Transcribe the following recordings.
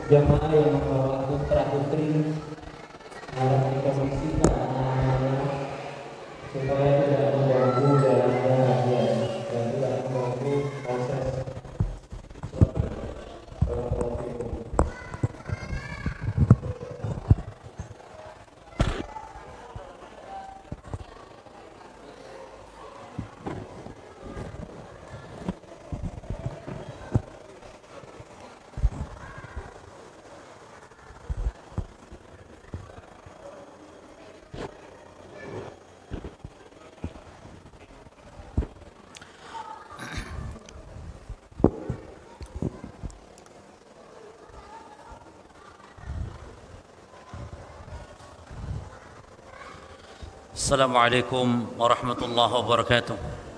jamaah yang membawa putra putri harap dikomisikan anak-anaknya supaya tidak mengganggu jalannya kajian dan tidak mengganggu proses sholat. Assalamualaikum warahmatullahi wabarakatuh.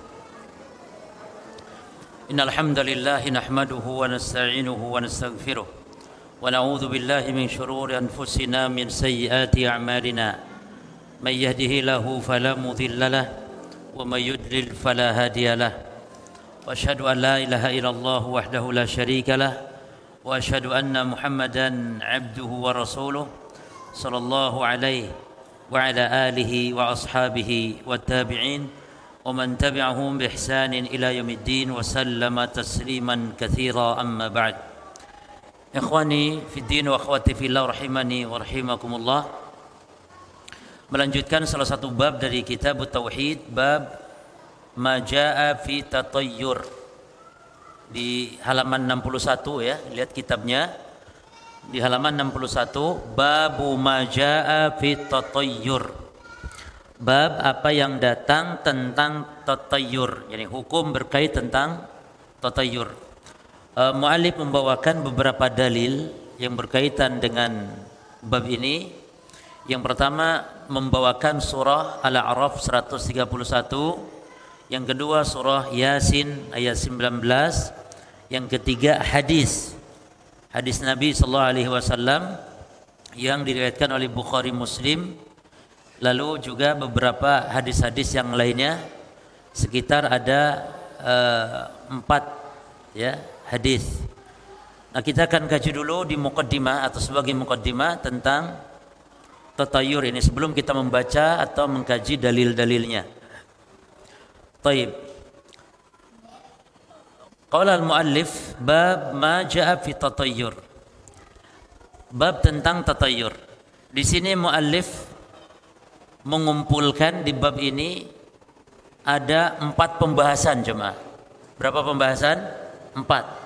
Innal hamdalillah nahmaduhu wa nasta'inuhu wa nastaghfiruh wa na'udzu billahi min shururi anfusina min sayyiati a'malina. May yahdihillahu fala mudilla lahu wa may yudlil fala hadiya lahu. Wa asyhadu an la ilaha illallah wahdahu la syarika lahu wa asyhadu anna Muhammadan 'abduhu wa rasuluh sallallahu alaihi وعلى آله وأصحابه والتابعين ومن تبعهم بإحسان إلى يوم الدين وسلم تسليما كثيرا أما بعد. Ikhwani fi din wa akhwati fillah rahimani wa rahimakumullah. Melanjutkan salah satu bab dari kitab Tauhid, bab ma jaa fi tatayyur, di halaman 61 ya, lihat kitabnya. Di halaman 61, babu ma jaa fi tatayyur. Bab apa yang datang tentang tatayyur, yakni hukum berkait tentang tatayyur. Muallif membawakan beberapa dalil yang berkaitan dengan bab ini. Yang pertama membawakan surah Al-A'raf 131, yang kedua surah Yasin ayat 19, yang ketiga hadis Nabi sallallahu alaihi wasallam yang diriwayatkan oleh Bukhari Muslim, lalu juga beberapa hadis-hadis yang lainnya, sekitar ada 4 ya hadis. Nah, kita akan kaji dulu di muqaddimah atau sebagai muqaddimah tentang tatayyur ini sebelum kita membaca atau mengkaji dalil-dalilnya. Baik. Qala al-muallif bab ma jaa fi tatayyur. Bab tentang tatayyur. Di sini muallif mengumpulkan di bab ini ada 4 pembahasan jemaah. Berapa pembahasan? 4.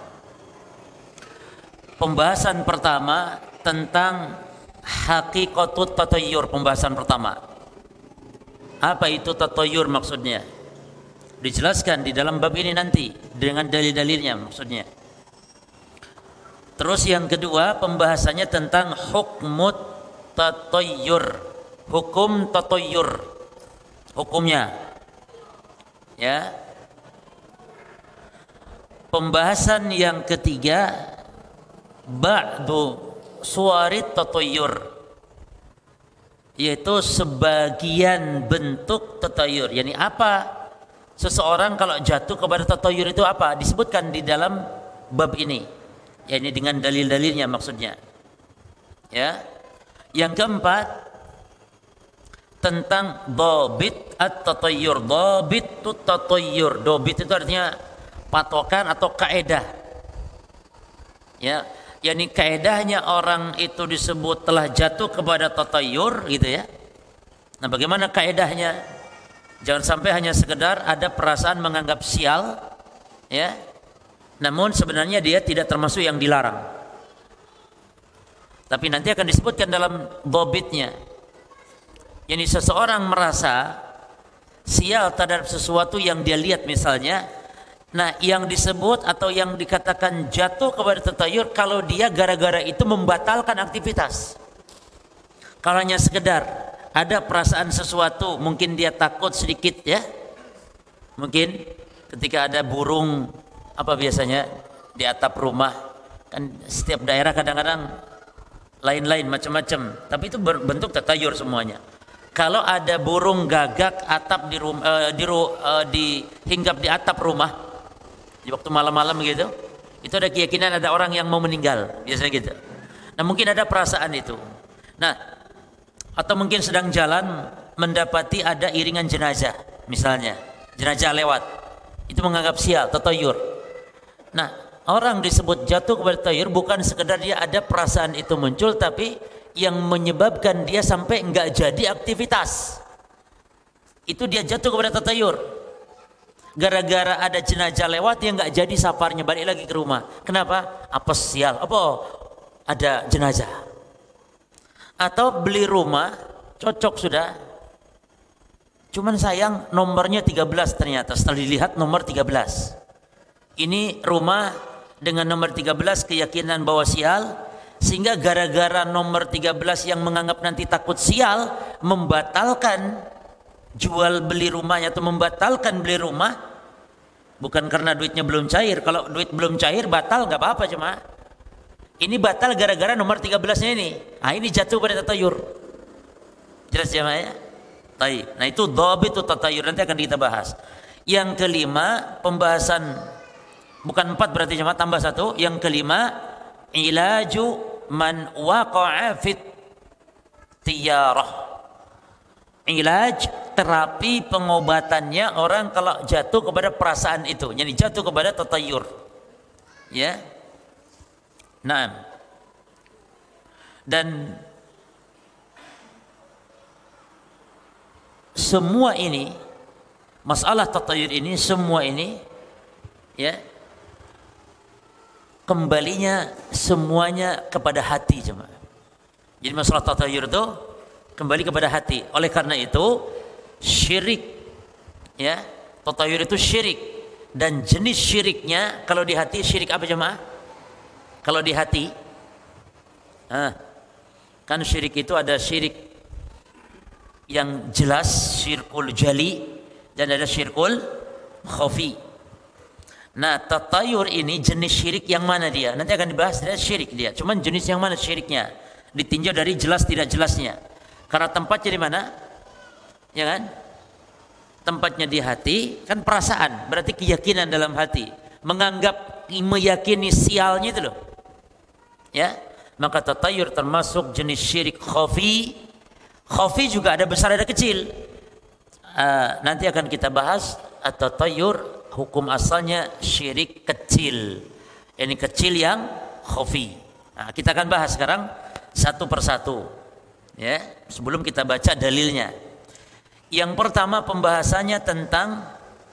Pembahasan pertama tentang hakikatut tatayyur, pembahasan pertama. Apa itu tatayyur maksudnya? Dijelaskan di dalam bab ini nanti dengan dalil-dalilnya maksudnya. Terus yang kedua pembahasannya tentang hukmut tatayyur, hukum tatayyur, hukumnya ya. Pembahasan yang ketiga ba'du suwarit tatayyur, yaitu sebagian bentuk tatayyur. Yani apa seseorang kalau jatuh kepada tatayyur itu apa? Disebutkan di dalam bab ini. Ya, ini dengan dalil-dalilnya maksudnya. Ya. Yang keempat tentang dhabit at-tatayyur. Dhabit tatayyur. Dhabit itu artinya patokan atau kaedah. Ya, yakni kaedahnya orang itu disebut telah jatuh kepada tatayyur gitu ya. Nah, bagaimana kaedahnya? Jangan sampai hanya sekedar ada perasaan menganggap sial, ya. Namun sebenarnya dia tidak termasuk yang dilarang. Tapi nanti akan disebutkan dalam dhabitnya. Yani seseorang merasa sial terhadap sesuatu yang dia lihat misalnya. Nah, yang disebut atau yang dikatakan jatuh kepada tatayyur kalau dia gara-gara itu membatalkan aktivitas. Kalau hanya sekedar ada perasaan sesuatu, mungkin dia takut sedikit ya. Mungkin ketika ada burung apa biasanya di atap rumah, kan setiap daerah kadang-kadang lain-lain macam-macam, tapi itu berbentuk tatayyur semuanya. Kalau ada burung gagak atap di hinggap di atap rumah di waktu malam-malam gitu, itu ada keyakinan ada orang yang mau meninggal, biasanya gitu. Nah, mungkin ada perasaan itu. Nah, atau mungkin sedang jalan mendapati ada iringan jenazah, misalnya jenazah lewat, itu menganggap sial, tatayur. Nah, orang disebut jatuh kepada tatayur bukan sekedar dia ada perasaan itu muncul, tapi yang menyebabkan dia sampai enggak jadi aktivitas, itu dia jatuh kepada tatayur. Gara-gara ada jenazah lewat, dia enggak jadi safarnya, balik lagi ke rumah. Kenapa? Apa sial? Apa ada jenazah? Atau beli rumah cocok sudah, cuman sayang nomornya 13, ternyata setelah dilihat nomor 13, ini rumah dengan nomor 13 keyakinan bahwa sial, sehingga gara-gara nomor 13 yang menganggap nanti takut sial membatalkan jual beli rumahnya atau membatalkan beli rumah. Bukan karena duitnya belum cair. Kalau duit belum cair batal nggak apa-apa, cuma ini batal gara-gara nomor 13-nya ini. Nah, ini jatuh pada tatayur. Jelas ya, Maya? Taib. Nah, itu dhabit tatayur, nanti akan kita bahas. Yang kelima, pembahasan bukan 4 berarti cuma tambah 1. Yang kelima, ilaju man waqa'a fit tiyarah. Ilaj, terapi pengobatannya orang kalau jatuh kepada perasaan itu, jadi jatuh kepada tatayur. Ya. Nah. Dan semua ini, masalah tatayur ini, semua ini ya, kembalinya semuanya kepada hati, jemaah. Jadi masalah tatayur itu kembali kepada hati. Oleh karena itu syirik, ya, tatayur itu syirik, dan jenis syiriknya kalau di hati syirik apa, jemaah? Kalau di hati, kan syirik itu ada syirik yang jelas, syirkul jali, dan ada syirkul khafi. Nah, tatayur ini jenis syirik yang mana dia? Nanti akan dibahas, dia syirik dia. Cuman jenis yang mana syiriknya? Ditinjau dari jelas tidak jelasnya. Karena tempatnya di mana? Ya kan? Tempatnya di hati, kan perasaan, berarti keyakinan dalam hati. Menganggap, meyakini sialnya itu loh. Ya, maka tatayur termasuk jenis syirik khafi. Khafi juga ada besar ada kecil. Nanti akan kita bahas at-tatayur, hukum asalnya syirik kecil. Ini kecil yang khafi. Nah, kita akan bahas sekarang satu persatu. Ya, sebelum kita baca dalilnya. Yang pertama pembahasannya tentang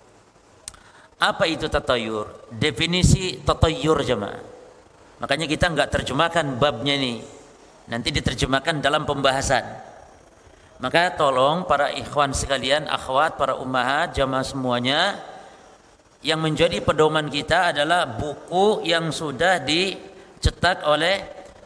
apa itu tatayur, definisi tatayur, jemaah. Makanya kita enggak terjemahkan babnya ini, nanti diterjemahkan dalam pembahasan. Maka tolong para ikhwan sekalian, akhwat, para ummahat, jamaah semuanya, yang menjadi pedoman kita adalah buku yang sudah dicetak oleh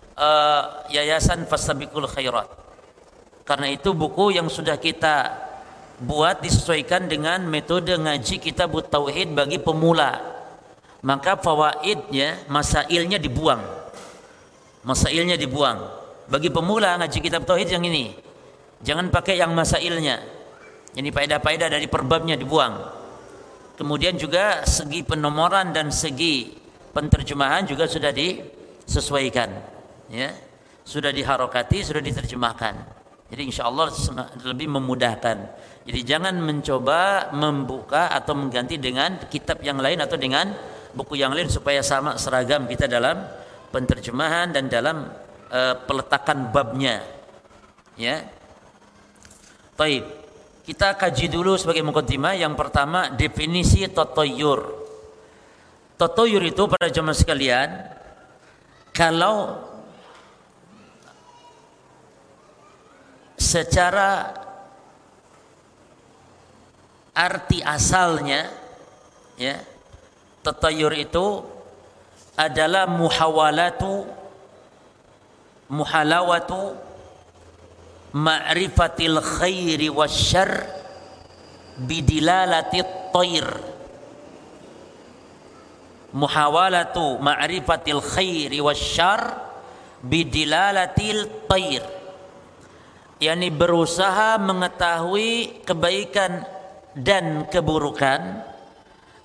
Yayasan Fastabiqul Khairat. Karena itu buku yang sudah kita buat disesuaikan dengan metode ngaji Kitabut Tauhid bagi pemula. Maka fawaidnya, masailnya dibuang. Masailnya dibuang. Bagi pemula ngaji Kitab Tauhid yang ini, jangan pakai yang masailnya. Ini faedah-faedah dari perbabnya dibuang. Kemudian juga segi penomoran dan segi penterjemahan juga sudah disesuaikan. Ya, sudah diharokati, sudah diterjemahkan. Jadi insya Allah lebih memudahkan. Jadi jangan mencoba membuka atau mengganti dengan kitab yang lain atau dengan buku yang lain supaya sama seragam kita dalam penterjemahan dan dalam peletakan babnya. Ya. Baik. Kita kaji dulu sebagai muqaddimah. Yang pertama, definisi tatayur. Tatayur itu para jemaah sekalian, kalau secara arti asalnya, ya, tatayur itu adalah muhalawatu ma'rifatil khairi wasyarr bidilalatit tayr. Muhawalatu ma'rifatil khairi wasyarr bidilalatil tayr. yakni berusaha mengetahui kebaikan dan keburukan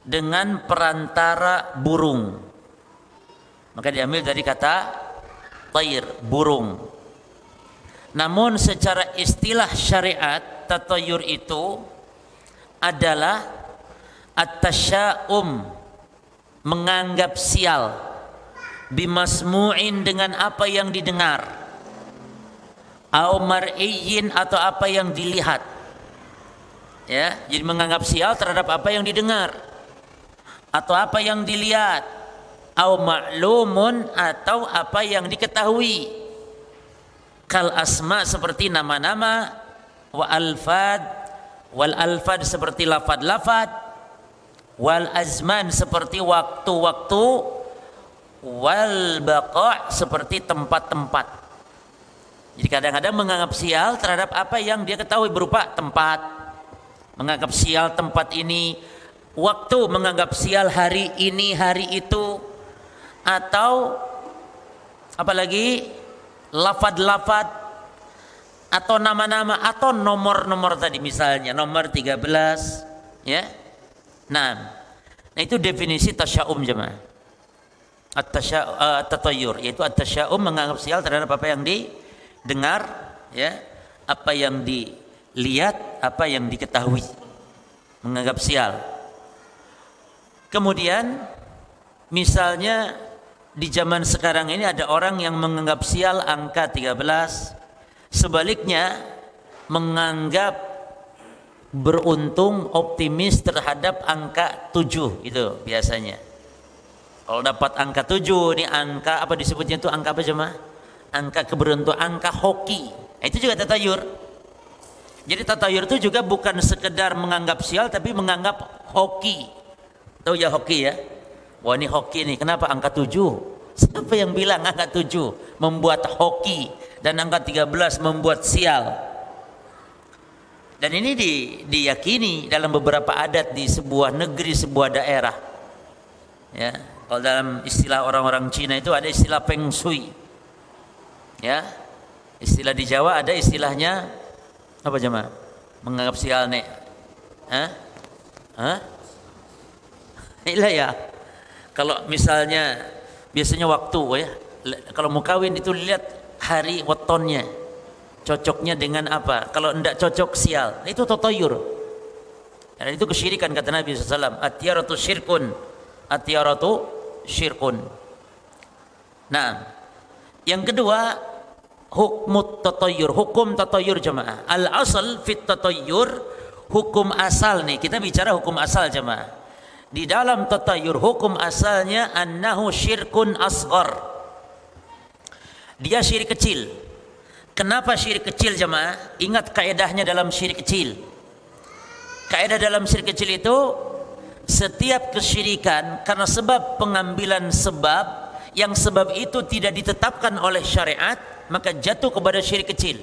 dengan perantara burung. Maka diambil dari kata tair, burung. Namun secara istilah syariat, tatayur itu adalah at-tasya'um, menganggap sial, bimasmu'in, dengan apa yang didengar, au mar'iyyin, atau apa yang dilihat. Ya, jadi menganggap sial terhadap apa yang didengar atau apa yang dilihat, au ma'lumun, atau apa yang diketahui, kal asma, seperti nama-nama, wa alfad, wal alfad, seperti lafad-lafad, wal azman, seperti waktu-waktu, wal baqa', seperti tempat-tempat. Jadi kadang-kadang menganggap sial terhadap apa yang dia ketahui berupa tempat, menganggap sial tempat ini, waktu, menganggap sial hari ini, hari itu, atau apalagi lafad-lafad, atau nama-nama, atau nomor-nomor tadi, misalnya nomor 13, ya. Nah itu definisi tasya'um jemaah. At-tatayur, yaitu at-tasya'um, menganggap sial terhadap apa yang didengar, ya, apa yang dilihat, apa yang diketahui, menganggap sial. Kemudian misalnya di zaman sekarang ini ada orang yang menganggap sial angka 13, sebaliknya menganggap beruntung, optimis terhadap angka 7, itu biasanya. Kalau dapat angka 7, ini angka apa disebutnya itu, angka apa jemaah? Angka keberuntungan, angka hoki. Itu juga tatayur. Jadi tatayur itu juga bukan sekedar menganggap sial, tapi menganggap hoki. Tahu ya hoki ya? Wah ini hoki nih, kenapa angka 7? Siapa yang bilang angka 7 membuat hoki dan angka 13 membuat sial? Dan ini diyakini dalam beberapa adat di sebuah negeri, sebuah daerah. Ya, kalau dalam istilah orang-orang Cina itu ada istilah Feng Shui. Ya, istilah di Jawa ada istilahnya apa jemaah? Menganggap sial nek. Ilah ya. Kalau misalnya biasanya waktu, ya, kalau mau kawin itu lihat hari wetonnya, cocoknya dengan apa. Kalau tidak cocok sial, itu tatayur. Dan itu kesyirikan kata Nabi SAW. At-tiyaratu syirkun, at-tiyaratu syirkun. Nah, yang kedua, hukum tatayur jemaah. Al-asal fit tatayur, hukum asal nih. Kita bicara hukum asal jemaah. Di dalam tatayur, hukum asalnya annahu syirkun asghar. Dia syirik kecil. Kenapa syirik kecil jemaah? Ingat kaedahnya dalam syirik kecil. Kaedah dalam syirik kecil itu, setiap kesyirikan karena sebab pengambilan sebab, yang sebab itu tidak ditetapkan oleh syariat, maka jatuh kepada syirik kecil.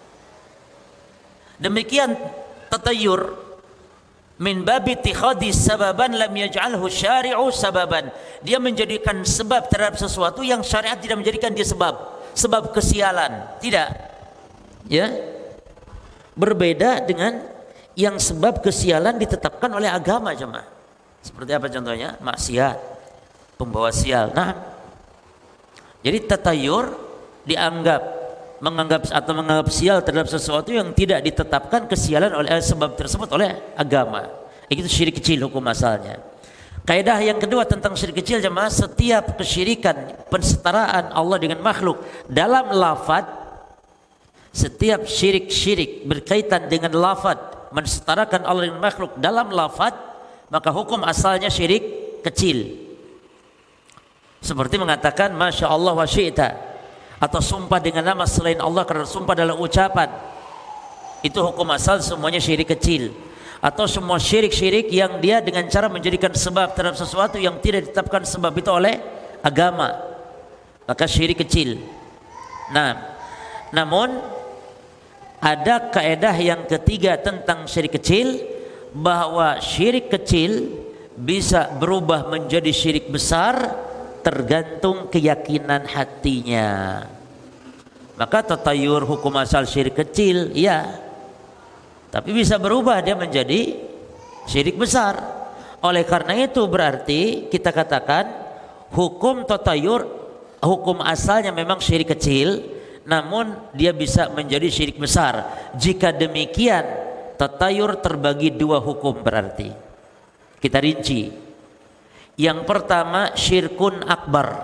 Demikian tatayur, min babi ittikhadhi sababan lam yaj'alhu syari'u sababan. Dia menjadikan sebab terhadap sesuatu yang syariat tidak menjadikan dia sebab kesialan, tidak. Ya. Berbeda dengan yang sebab kesialan ditetapkan oleh agama jemaah. Seperti apa contohnya? Maksiat, pembawa sial. Nah, jadi tatayur menganggap sial terhadap sesuatu yang tidak ditetapkan kesialan oleh sebab tersebut oleh agama. Itu syirik kecil hukum asalnya. Kaidah yang kedua tentang syirik kecil jemaah, setiap kesyirikan, pensetaraan Allah dengan makhluk dalam lafaz, setiap syirik berkaitan dengan lafaz, mensetarakan Allah dengan makhluk dalam lafaz, maka hukum asalnya syirik kecil. Seperti mengatakan Masya Allah wa syi'ta, atau sumpah dengan nama selain Allah karena sumpah dalam ucapan, itu hukum asal semuanya syirik kecil. Atau semua syirik-syirik yang dia dengan cara menjadikan sebab terhadap sesuatu yang tidak ditetapkan sebab itu oleh agama, maka syirik kecil. Nah, namun ada kaedah yang ketiga tentang syirik kecil, bahwa syirik kecil bisa berubah menjadi syirik besar tergantung keyakinan hatinya. Maka tatayur hukum asal syirik kecil, ya, tapi bisa berubah dia menjadi syirik besar. Oleh karena itu berarti kita katakan hukum tatayur, hukum asalnya memang syirik kecil, namun dia bisa menjadi syirik besar. Jika demikian, tatayur terbagi dua hukum berarti. Kita rinci. Yang pertama syirkun akbar.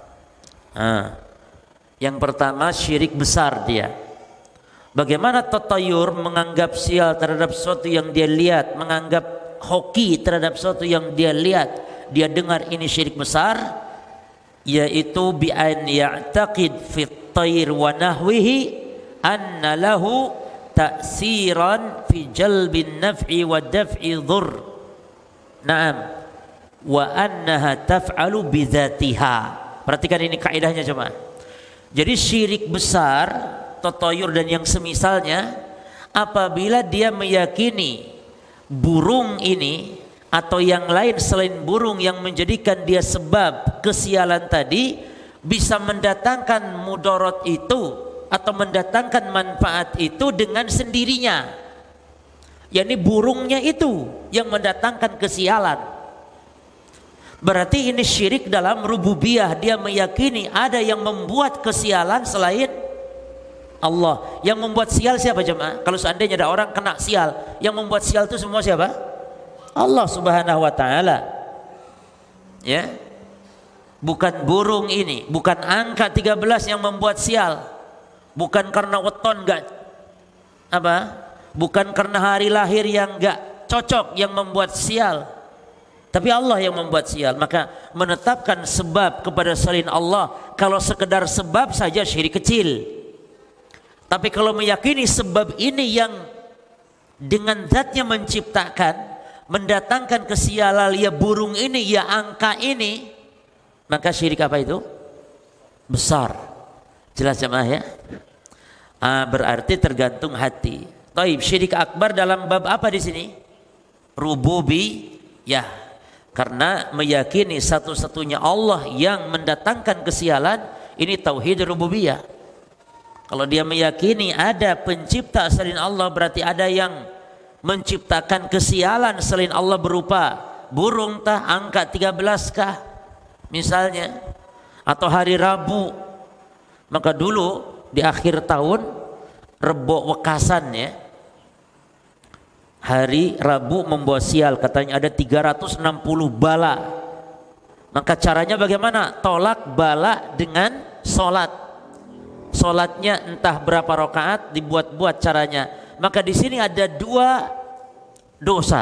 Yang pertama syirik besar dia. Bagaimana tatayur menganggap sial terhadap sesuatu yang dia lihat, menganggap hoki terhadap sesuatu yang dia lihat, dia dengar, ini syirik besar, yaitu bi an ya'taqid fi at-tayr wa nahwihi anna lahu ta'siran fi jalbin naf'i wa daf'i dhurr. Naam. Wa annaha taf'alu bidzatiha. Perhatikan ini kaidahnya cuma. Jadi syirik besar, tatayur dan yang semisalnya, apabila dia meyakini burung ini atau yang lain selain burung yang menjadikan dia sebab kesialan tadi bisa mendatangkan mudarat itu atau mendatangkan manfaat itu dengan sendirinya, yakni burungnya itu yang mendatangkan kesialan. Berarti ini syirik dalam rububiyah. Dia meyakini ada yang membuat kesialan selain Allah. Yang membuat sial siapa jemaah? Kalau seandainya ada orang kena sial, yang membuat sial itu semua siapa? Allah Subhanahu wa taala. Ya. Bukan burung ini, bukan angka 13 yang membuat sial. Bukan karena weton enggak bukan karena hari lahir yang enggak cocok yang membuat sial. Tapi Allah yang membuat sial. Maka menetapkan sebab kepada selain Allah, kalau sekedar sebab saja syirik kecil. Tapi kalau meyakini sebab ini yang dengan zatnya menciptakan, mendatangkan kesialan, ya burung ini, ya angka ini, maka syirik apa itu? Besar. Jelas jemaah ya? Berarti tergantung hati. Taib, syirik akbar dalam bab apa di sini? Rububiyah. Karena meyakini satu-satunya Allah yang mendatangkan kesialan, ini tauhid rububiyah. Kalau dia meyakini ada pencipta selain Allah, berarti ada yang menciptakan kesialan selain Allah berupa burung tah, angka 13 kah misalnya, atau hari Rabu. Maka dulu di akhir tahun Rebo Wekasan ya, hari Rabu membawa sial, katanya ada 360 bala. Maka caranya bagaimana? Tolak bala dengan solat. Solatnya entah berapa rakaat, dibuat-buat caranya. Maka di sini ada dua dosa.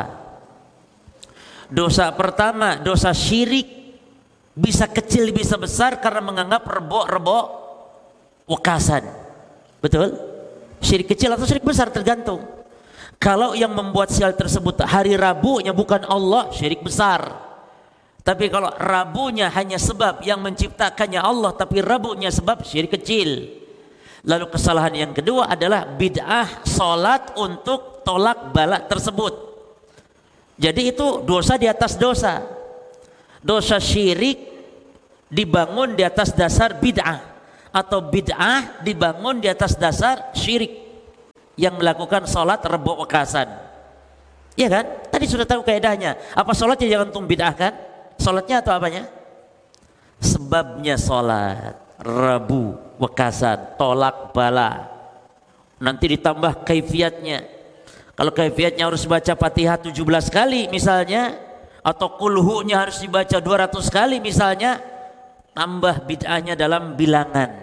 Dosa pertama, dosa syirik, bisa kecil bisa besar karena menganggap rebo wekasan. Betul? Syirik kecil atau syirik besar tergantung. Kalau yang membuat sial tersebut hari Rabunya bukan Allah, syirik besar. Tapi kalau Rabunya hanya sebab yang menciptakannya Allah, tapi Rabunya sebab, syirik kecil. Lalu kesalahan yang kedua adalah bid'ah salat untuk tolak bala tersebut. Jadi itu dosa di atas dosa. Dosa syirik dibangun di atas dasar bid'ah, atau bid'ah dibangun di atas dasar syirik. Yang melakukan sholat Rebo Wekasan, iya kan? Tadi sudah tahu kaidahnya. Apa sholatnya jangan tum bid'ahkan? Sholatnya atau apanya? Sebabnya sholat Rabu Wekasan, tolak bala. Nanti ditambah kaifiatnya. Kalau kaifiatnya harus baca Fatihah 17 kali misalnya, atau kulhunya harus dibaca 200 kali misalnya, tambah bid'ahnya dalam bilangan.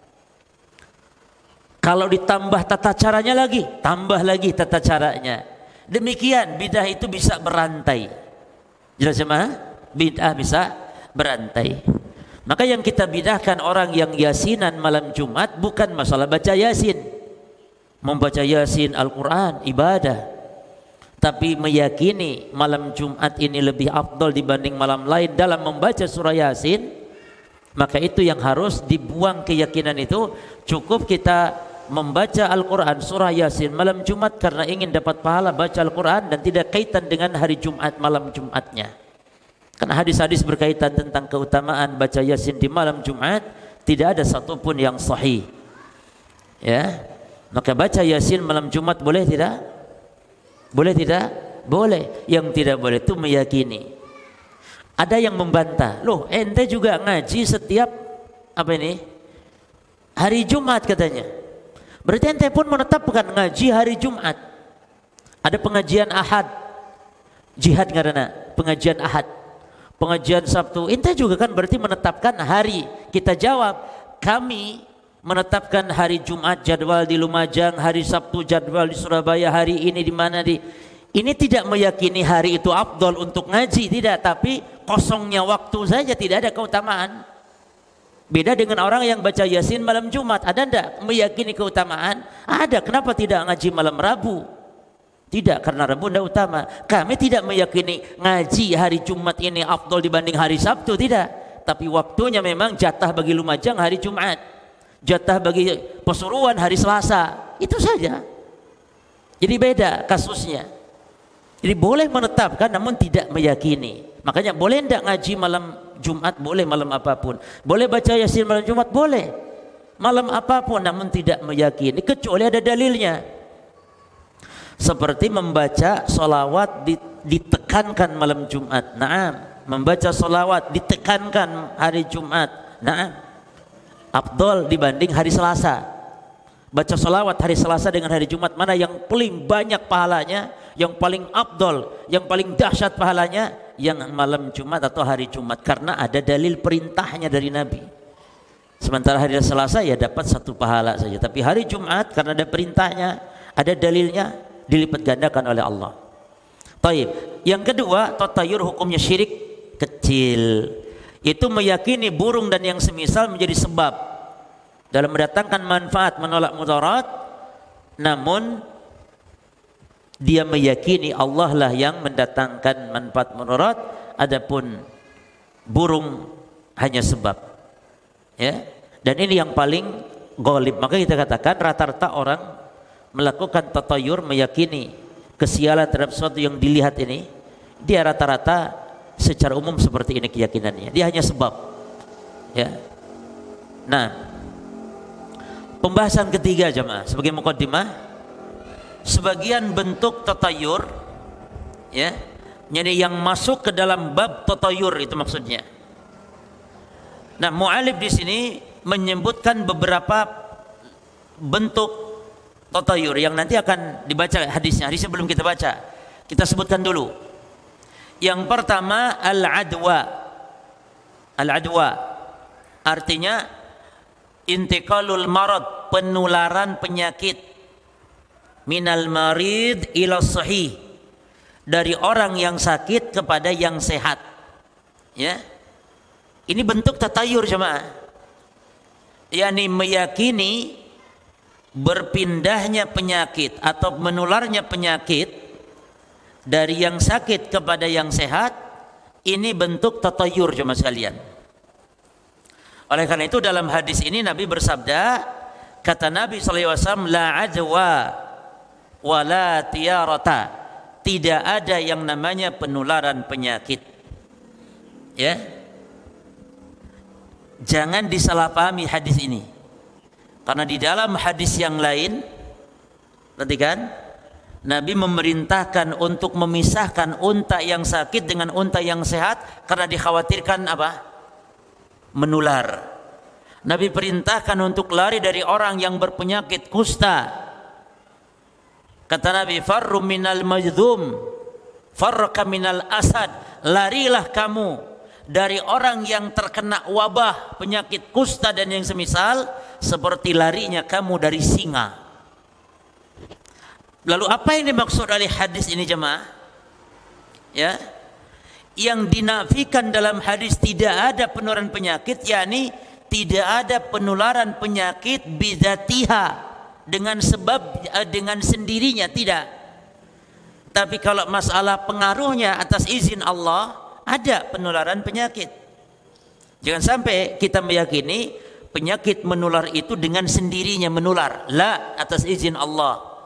Kalau ditambah tata caranya lagi, tambah lagi tata caranya. Demikian bid'ah itu bisa berantai. Jelas jemaah? Bid'ah bisa berantai. Maka yang kita bid'ahkan orang yang yasinan malam Jumat bukan masalah baca yasin. Membaca yasin Al-Quran, ibadah. Tapi meyakini malam Jumat ini lebih afdal dibanding malam lain dalam membaca surah yasin, maka itu yang harus dibuang keyakinan itu. Cukup kita membaca Al-Quran surah Yasin malam Jumat karena ingin dapat pahala baca Al-Quran dan tidak kaitan dengan hari Jumat malam Jumatnya. Karena hadis-hadis berkaitan tentang keutamaan baca Yasin di malam Jumat tidak ada satupun yang sahih. Ya, maka baca Yasin malam Jumat boleh tidak? Boleh tidak? Boleh. Yang tidak boleh itu meyakini. Ada yang membantah, loh ente juga ngaji setiap apa ini? Hari Jumat katanya. Berarti ente pun menetapkan ngaji hari Jumat. Ada pengajian Ahad, jihad karena pengajian Ahad, pengajian Sabtu. Ente juga kan berarti menetapkan hari. Kita jawab, kami menetapkan hari Jumat jadwal di Lumajang, hari Sabtu jadwal di Surabaya, hari ini di mana di. Ini tidak meyakini hari itu afdol untuk ngaji, tidak, tapi kosongnya waktu saja, tidak ada keutamaan. Beda dengan orang yang baca Yasin malam Jumat. Ada enggak meyakini keutamaan? Ada. Kenapa tidak ngaji malam Rabu? Tidak, karena Rabu tidak utama. Kami tidak meyakini ngaji hari Jumat ini afdol dibanding hari Sabtu, tidak. Tapi waktunya memang jatah bagi Lumajang hari Jumat, jatah bagi Pasuruan hari Selasa. Itu saja. Jadi beda kasusnya. Jadi boleh menetapkan namun tidak meyakini. Makanya boleh enggak ngaji malam Jumat? Boleh malam apapun. Boleh baca Yasin malam Jumat? Boleh malam apapun, namun tidak meyakini kecuali ada dalilnya. Seperti membaca solawat ditekankan malam Jumat. Naam. Membaca solawat ditekankan hari Jumat. Naam. Afdol dibanding hari Selasa. Baca solawat hari Selasa dengan hari Jumat, mana yang paling banyak pahalanya, yang paling afdol, yang paling dahsyat pahalanya? Yang malam Jumat atau hari Jumat, karena ada dalil perintahnya dari Nabi. Sementara hari Selasa ya dapat satu pahala saja, tapi hari Jumat karena ada perintahnya, ada dalilnya, dilipat gandakan oleh Allah. Taib. Yang kedua, tatayur hukumnya syirik kecil. Itu meyakini burung dan yang semisal menjadi sebab dalam mendatangkan manfaat, menolak mudarat, namun dia meyakini Allah lah yang mendatangkan manfaat mudarat, adapun burung hanya sebab. Ya. Dan ini yang paling ghalib. Maka kita katakan rata-rata orang melakukan tatayur, meyakini kesialan terhadap sesuatu yang dilihat ini, dia rata-rata secara umum seperti ini keyakinannya. Dia hanya sebab. Ya. Nah, pembahasan ketiga jemaah sebagai muqaddimah, sebagian bentuk tatayur, ya, jadi yang masuk ke dalam bab tatayur itu maksudnya. Nah, mu'alif di sini menyebutkan beberapa bentuk tatayur yang nanti akan dibaca hadisnya. Hadisnya belum kita baca, kita sebutkan dulu. Yang pertama al-adwa. Al-adwa artinya intiqalul marad, penularan penyakit, minal marid ila sahih, dari orang yang sakit kepada yang sehat. Ya. Ini bentuk tatayur jemaah. yakni meyakini berpindahnya penyakit atau menularnya penyakit dari yang sakit kepada yang sehat, ini bentuk tatayur jemaah sekalian. Oleh karena itu dalam hadis ini Nabi bersabda, kata Nabi SAW, la adwa wa la tiyarata, tidak ada yang namanya penularan penyakit. Ya, jangan disalahpahami hadis ini, karena di dalam hadis yang lain, perhatikan, Nabi memerintahkan untuk memisahkan unta yang sakit dengan unta yang sehat karena dikhawatirkan apa? Menular. Nabi perintahkan untuk lari dari orang yang berpenyakit kusta. Kata Nabi, farru minal majdhum farraka minal asad, larilah kamu dari orang yang terkena wabah penyakit kusta dan yang semisal, seperti larinya kamu dari singa. Lalu apa yang dimaksud oleh hadis ini jemaah? Ya, yang dinafikan dalam hadis tidak ada penularan penyakit, yakni tidak ada penularan penyakit bidzatiha, dengan sebab, dengan sendirinya, tidak. Tapi kalau masalah pengaruhnya atas izin Allah, ada penularan penyakit. Jangan sampai kita meyakini penyakit menular itu dengan sendirinya menular. La, atas izin Allah.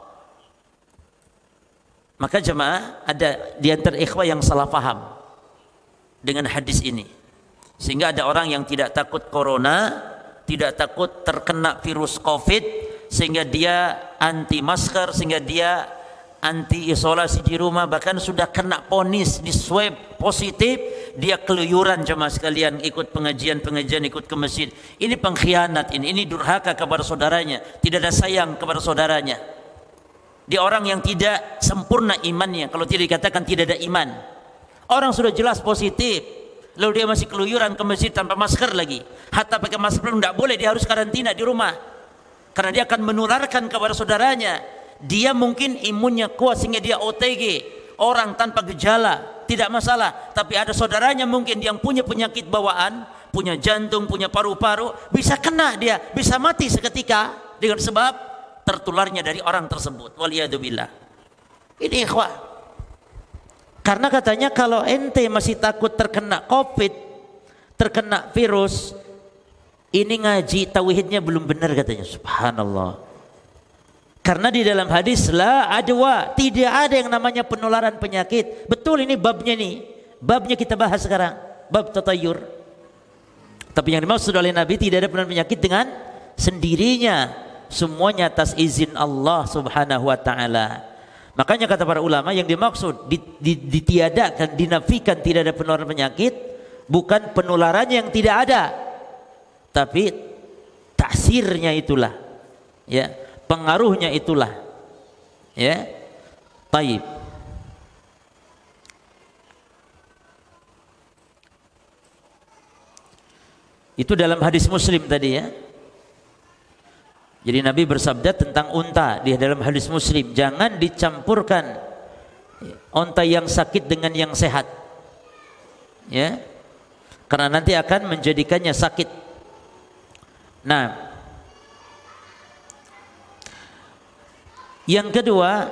Maka jemaah, ada di antara ikhwah yang salah paham dengan hadis ini, sehingga ada orang yang tidak takut corona, tidak takut terkena virus COVID, sehingga dia anti masker, sehingga dia anti isolasi di rumah, bahkan sudah kena ponis di swab positif, dia keluyuran jemaah sekalian, ikut pengajian-pengajian, ikut ke masjid. Ini pengkhianat, ini durhaka kepada saudaranya, tidak ada sayang kepada saudaranya. Dia orang yang tidak sempurna imannya, kalau tidak dikatakan tidak ada iman. Orang sudah jelas positif, lalu dia masih keluyuran ke masjid tanpa masker lagi. Hatta pakai masker pun tidak boleh, dia harus karantina di rumah. Karena dia akan menularkan kepada saudaranya. Dia mungkin imunnya kuat sehingga dia OTG, orang tanpa gejala, tidak masalah. Tapi ada saudaranya mungkin yang punya penyakit bawaan, punya jantung, punya paru-paru, bisa kena dia, bisa mati seketika dengan sebab tertularnya dari orang tersebut. Waliyadzubillah. Ini ikhwah. Karena katanya kalau ente masih takut terkena COVID, terkena virus, ini ngaji tauhidnya belum benar katanya. Subhanallah. Karena di dalam hadis la adwa, tidak ada yang namanya penularan penyakit. Betul, ini babnya nih. Babnya kita bahas sekarang, bab tatayur. Tapi yang dimaksud oleh Nabi tidak ada penularan penyakit dengan sendirinya. Semuanya atas izin Allah Subhanahu wa taala. Makanya kata para ulama yang dimaksud ditiadakan, dinafikan tidak ada penularan penyakit, bukan penularannya yang tidak ada, tapi taksirnya itulah, ya, pengaruhnya itulah, ya. Taib. Itu dalam hadis Muslim tadi, ya. Jadi Nabi bersabda tentang unta di dalam hadis Muslim, jangan dicampurkan unta yang sakit dengan yang sehat, ya, karena nanti akan menjadikannya sakit. Nah, yang kedua,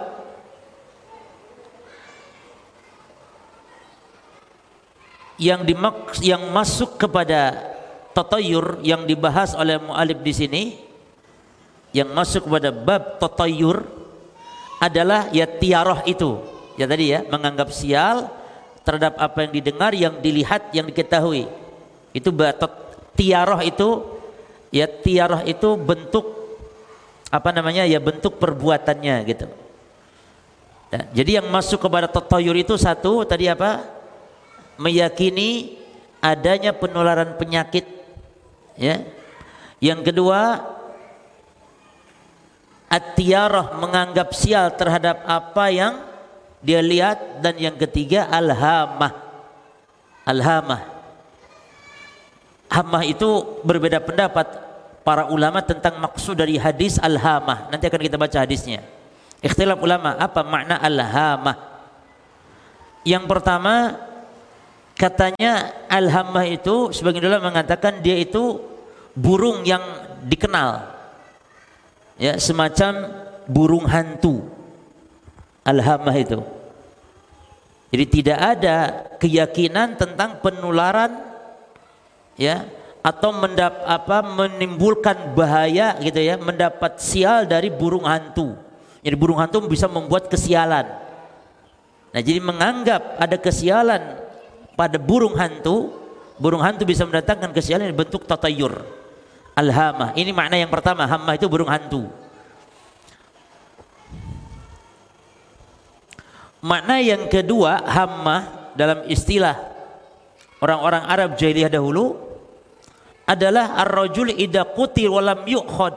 yang masuk kepada tatayur yang dibahas oleh mu'alif di sini, yang masuk kepada bab tatayur adalah ya tiarah itu, ya tadi ya, menganggap sial terhadap apa yang didengar, yang dilihat, yang diketahui. Itu tiarah itu, ya tiarah itu bentuk apa namanya, ya bentuk perbuatannya gitu. Nah, jadi yang masuk kepada tatayur itu satu tadi apa? Meyakini adanya penularan penyakit, ya. Yang kedua, at-tiyarah, menganggap sial terhadap apa yang dia lihat, dan yang ketiga al-hamah. Al-hamah. Hamah itu berbeda pendapat para ulama tentang maksud dari hadis al-hamah. Nanti akan kita baca hadisnya. Ikhtilaf ulama apa makna al-hamah. Yang pertama, katanya al-hamah itu sebagian ulama mengatakan dia itu burung yang dikenal, ya, semacam burung hantu. Al-hamah itu. Jadi tidak ada keyakinan tentang penularan, ya, atau menimbulkan bahaya gitu ya, mendapat sial dari burung hantu. Jadi burung hantu bisa membuat kesialan. Nah, jadi menganggap ada kesialan pada burung hantu bisa mendatangkan kesialan bentuk tatayur. Al-hamah, ini makna yang pertama, hamah itu burung hantu. Makna yang kedua, hamah dalam istilah orang-orang Arab jahiliyah dahulu adalah ar-rajul idza qutil wa lam yu'khad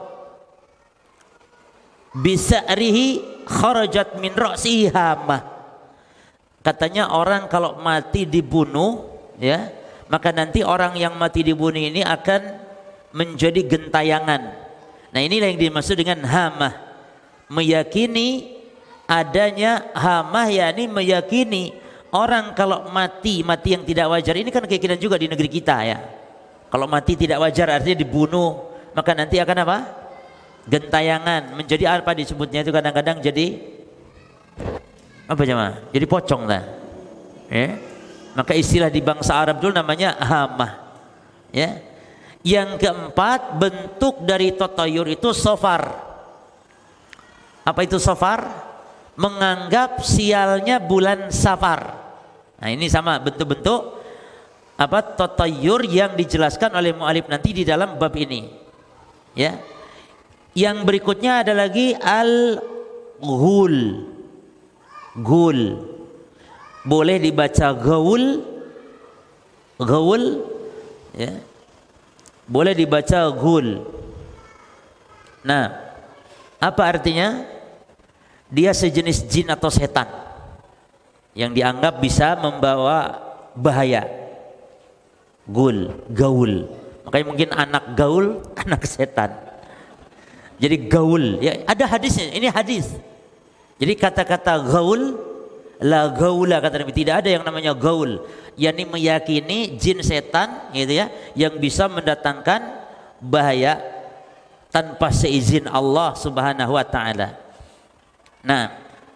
bi sa'rihi kharajat min ra'sihi hamah. Katanya orang kalau mati dibunuh, ya, maka nanti orang yang mati dibunuh ini akan menjadi gentayangan. Nah, inilah yang dimaksud dengan hamah. Meyakini adanya hamah, yakni meyakini orang kalau mati yang tidak wajar. Ini kan keyakinan juga di negeri kita, ya. Kalau mati tidak wajar artinya dibunuh, maka nanti akan apa? Gentayangan. Menjadi apa disebutnya itu kadang-kadang jadi apa jemaah? Jadi pocong lah. Ya. Maka istilah di bangsa Arab dulu namanya hamah. Ya. Yang keempat, bentuk dari tatayur itu sofar. Apa itu sofar? Menganggap sialnya bulan Safar. Nah, ini sama bentuk-bentuk apa tatayur yang dijelaskan oleh mu'alif nanti di dalam bab ini. Ya. Yang berikutnya ada lagi al-ghul. Gul. Boleh dibaca gaul, Gaul, ya. Boleh dibaca gul. Nah, apa artinya? Dia sejenis jin atau setan yang dianggap bisa membawa bahaya. Gul, gaul. Makanya mungkin anak gaul, anak setan. Jadi gaul, ya ada hadisnya. Ini hadis. Jadi kata-kata gaul, la gaula kata Nabi, tidak ada yang namanya gaul. Yani meyakini jin setan, gitu ya, yang bisa mendatangkan bahaya tanpa seizin Allah Subhanahu wa taala. Nah,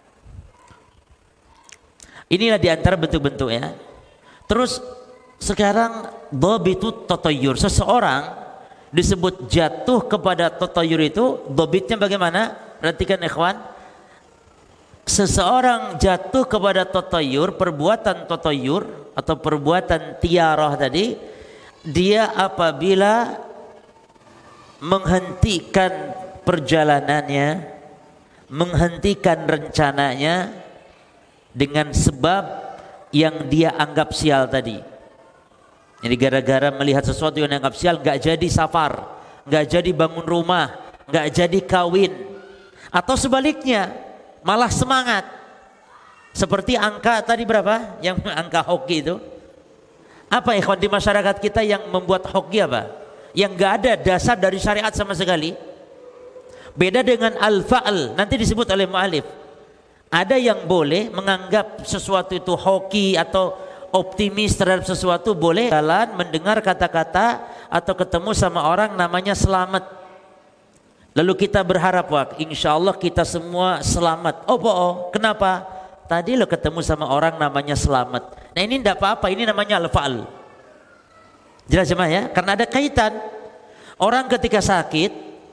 inilah diantara bentuk-bentuknya. Terus sekarang dhabitut tatayyur, seseorang disebut jatuh kepada tatayyur itu dhabitnya bagaimana? Perhatikan ikhwan. Seseorang jatuh kepada tatayyur, perbuatan tatayyur atau perbuatan tiarah tadi, dia apabila menghentikan perjalanannya, menghentikan rencananya dengan sebab yang dia anggap sial tadi. Jadi gara-gara melihat sesuatu yang dianggap sial, nggak jadi safar, nggak jadi bangun rumah, nggak jadi kawin, atau sebaliknya malah semangat. Seperti angka tadi berapa? Yang angka hoki itu. Apa ikhwan di masyarakat kita yang membuat hoki apa? Yang nggak ada dasar dari syariat sama sekali. Beda dengan al-fa'al, nanti disebut oleh mu'alif. Ada yang boleh menganggap sesuatu itu hoki atau optimis terhadap sesuatu, boleh jalan mendengar kata-kata atau ketemu sama orang namanya selamat. Lalu kita berharap, wah insya Allah kita semua selamat. Oh, kenapa? Tadi lo ketemu sama orang namanya selamat. Nah ini tidak apa-apa, ini namanya al-fa'al. Jelas jemaah ya? Karena ada kaitan. Orang ketika sakit,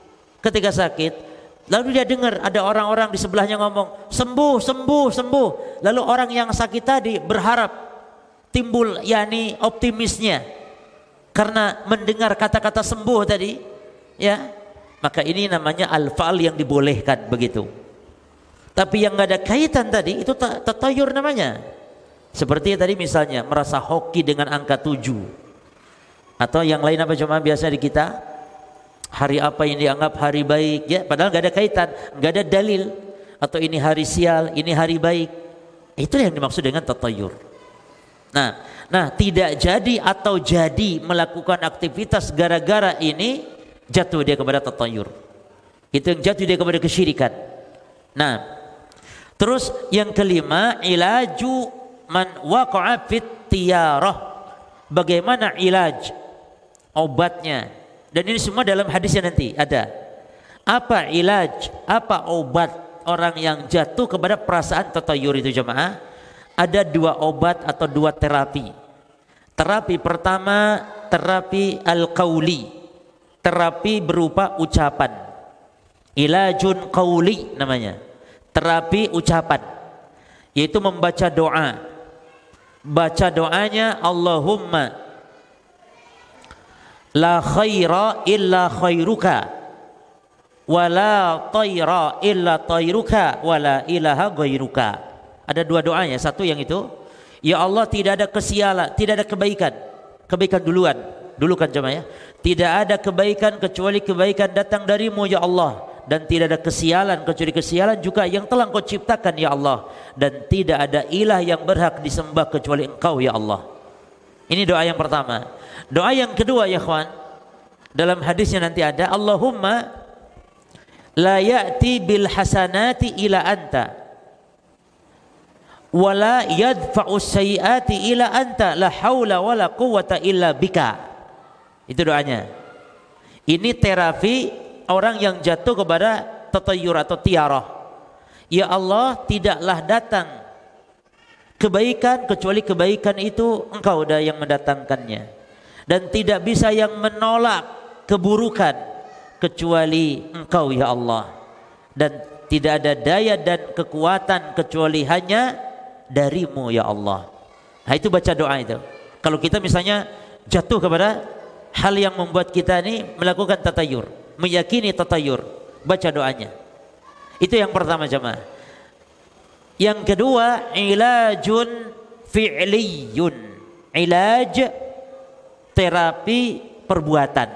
lalu dia dengar ada orang-orang di sebelahnya ngomong sembuh, sembuh, sembuh. Lalu orang yang sakit tadi berharap, timbul yakni optimisnya karena mendengar kata-kata sembuh tadi, ya. Maka ini namanya al-fa'al yang dibolehkan begitu. Tapi yang nggak ada kaitan tadi itu tatayur namanya. Seperti tadi misalnya merasa hoki dengan angka 7. Atau yang lain apa cuma biasa di kita? Hari apa yang dianggap hari baik, ya padahal nggak ada kaitan, nggak ada dalil. Atau ini hari sial, ini hari baik. Itu yang dimaksud dengan tatayur. Nah, tidak jadi atau jadi melakukan aktivitas gara-gara ini, jatuh dia kepada tatayur. Itu yang jatuh dia kepada kesyirikan. Nah, terus yang kelima, ilaju man waqa'a fit tiyarah. Bagaimana ilaj, obatnya? Dan ini semua dalam hadisnya nanti ada. Apa ilaj, apa obat orang yang jatuh kepada perasaan tatayur itu jemaah? Ada 2 obat atau 2 terapi. Terapi pertama, terapi al-qauli. Terapi berupa ucapan. Ilajun qauli namanya. Terapi ucapan. Yaitu membaca doa. Baca doanya, Allahumma la khaira illa khairuka wa la tayra illa tayruka wa la ilaha ghairuka. Ada 2 doanya. Satu yang itu, ya Allah tidak ada kesialan, tidak ada kebaikan. Kebaikan dulukan jemaah ya. Tidak ada kebaikan kecuali kebaikan datang darimu ya Allah, dan tidak ada kesialan kecuali kesialan juga yang telah Engkau ciptakan ya Allah, dan tidak ada ilah yang berhak disembah kecuali Engkau ya Allah. Ini doa yang pertama. Doa yang kedua ya kawan, dalam hadisnya nanti ada, Allahumma la ya'ti bil hasanati ila anta wala yadfa'u sayyiati ila anta la haula wala quwwata illa bika. Itu doanya. Ini terapi orang yang jatuh kepada tatayur atau tiarah. Ya Allah, tidaklah datang kebaikan kecuali kebaikan itu Engkau dah yang mendatangkannya, dan tidak bisa yang menolak keburukan kecuali Engkau ya Allah, dan tidak ada daya dan kekuatan kecuali hanya darimu ya Allah. Nah itu baca doa itu. Kalau kita misalnya jatuh kepada hal yang membuat kita ini melakukan tatayur, meyakini tatayur, baca doanya. Itu yang pertama jemaah. Yang kedua, ilajun fi'liyun. Ilaj terapi perbuatan,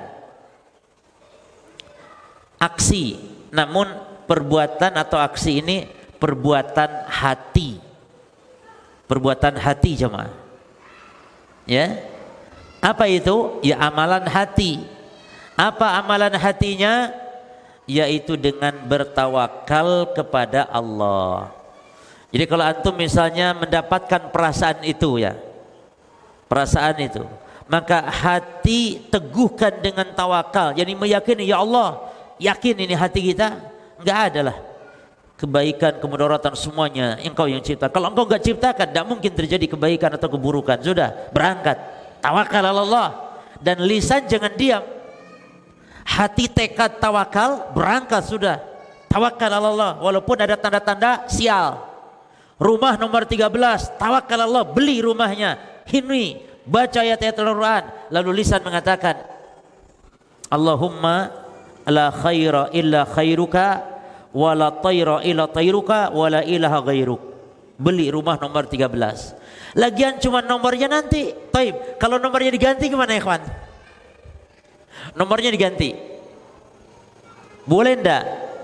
aksi, namun perbuatan atau aksi ini perbuatan hati, perbuatan hati jemaah. Ya, apa itu? Ya amalan hati. Apa amalan hatinya? Yaitu dengan bertawakal kepada Allah. Jadi kalau antum misalnya mendapatkan perasaan itu ya, perasaan itu, maka hati teguhkan dengan tawakal. Jadi meyakini, ya Allah, yakin ini hati kita enggak adalah kebaikan, kemudaratan semuanya engkau yang cipta. Kalau engkau enggak ciptakan, tidak mungkin terjadi kebaikan atau keburukan. Sudah, berangkat, tawakal Allah. Dan lisan jangan diam. Hati tekad tawakal, berangkat sudah. Tawakal Allah, walaupun ada tanda-tanda sial. Rumah nomor 13, tawakal Allah, beli rumahnya. Ini baca ayat-ayat Al-Quran, lalu lisan mengatakan, Allahumma la khaira illa khairuka, wa la tayra illa tayruka, wa la ilaha ghairuk. Beli rumah nomor 13. Lagian cuma nomornya nanti. Taib, kalau nomornya diganti gimana ya kawan? Nomornya diganti, boleh ndak?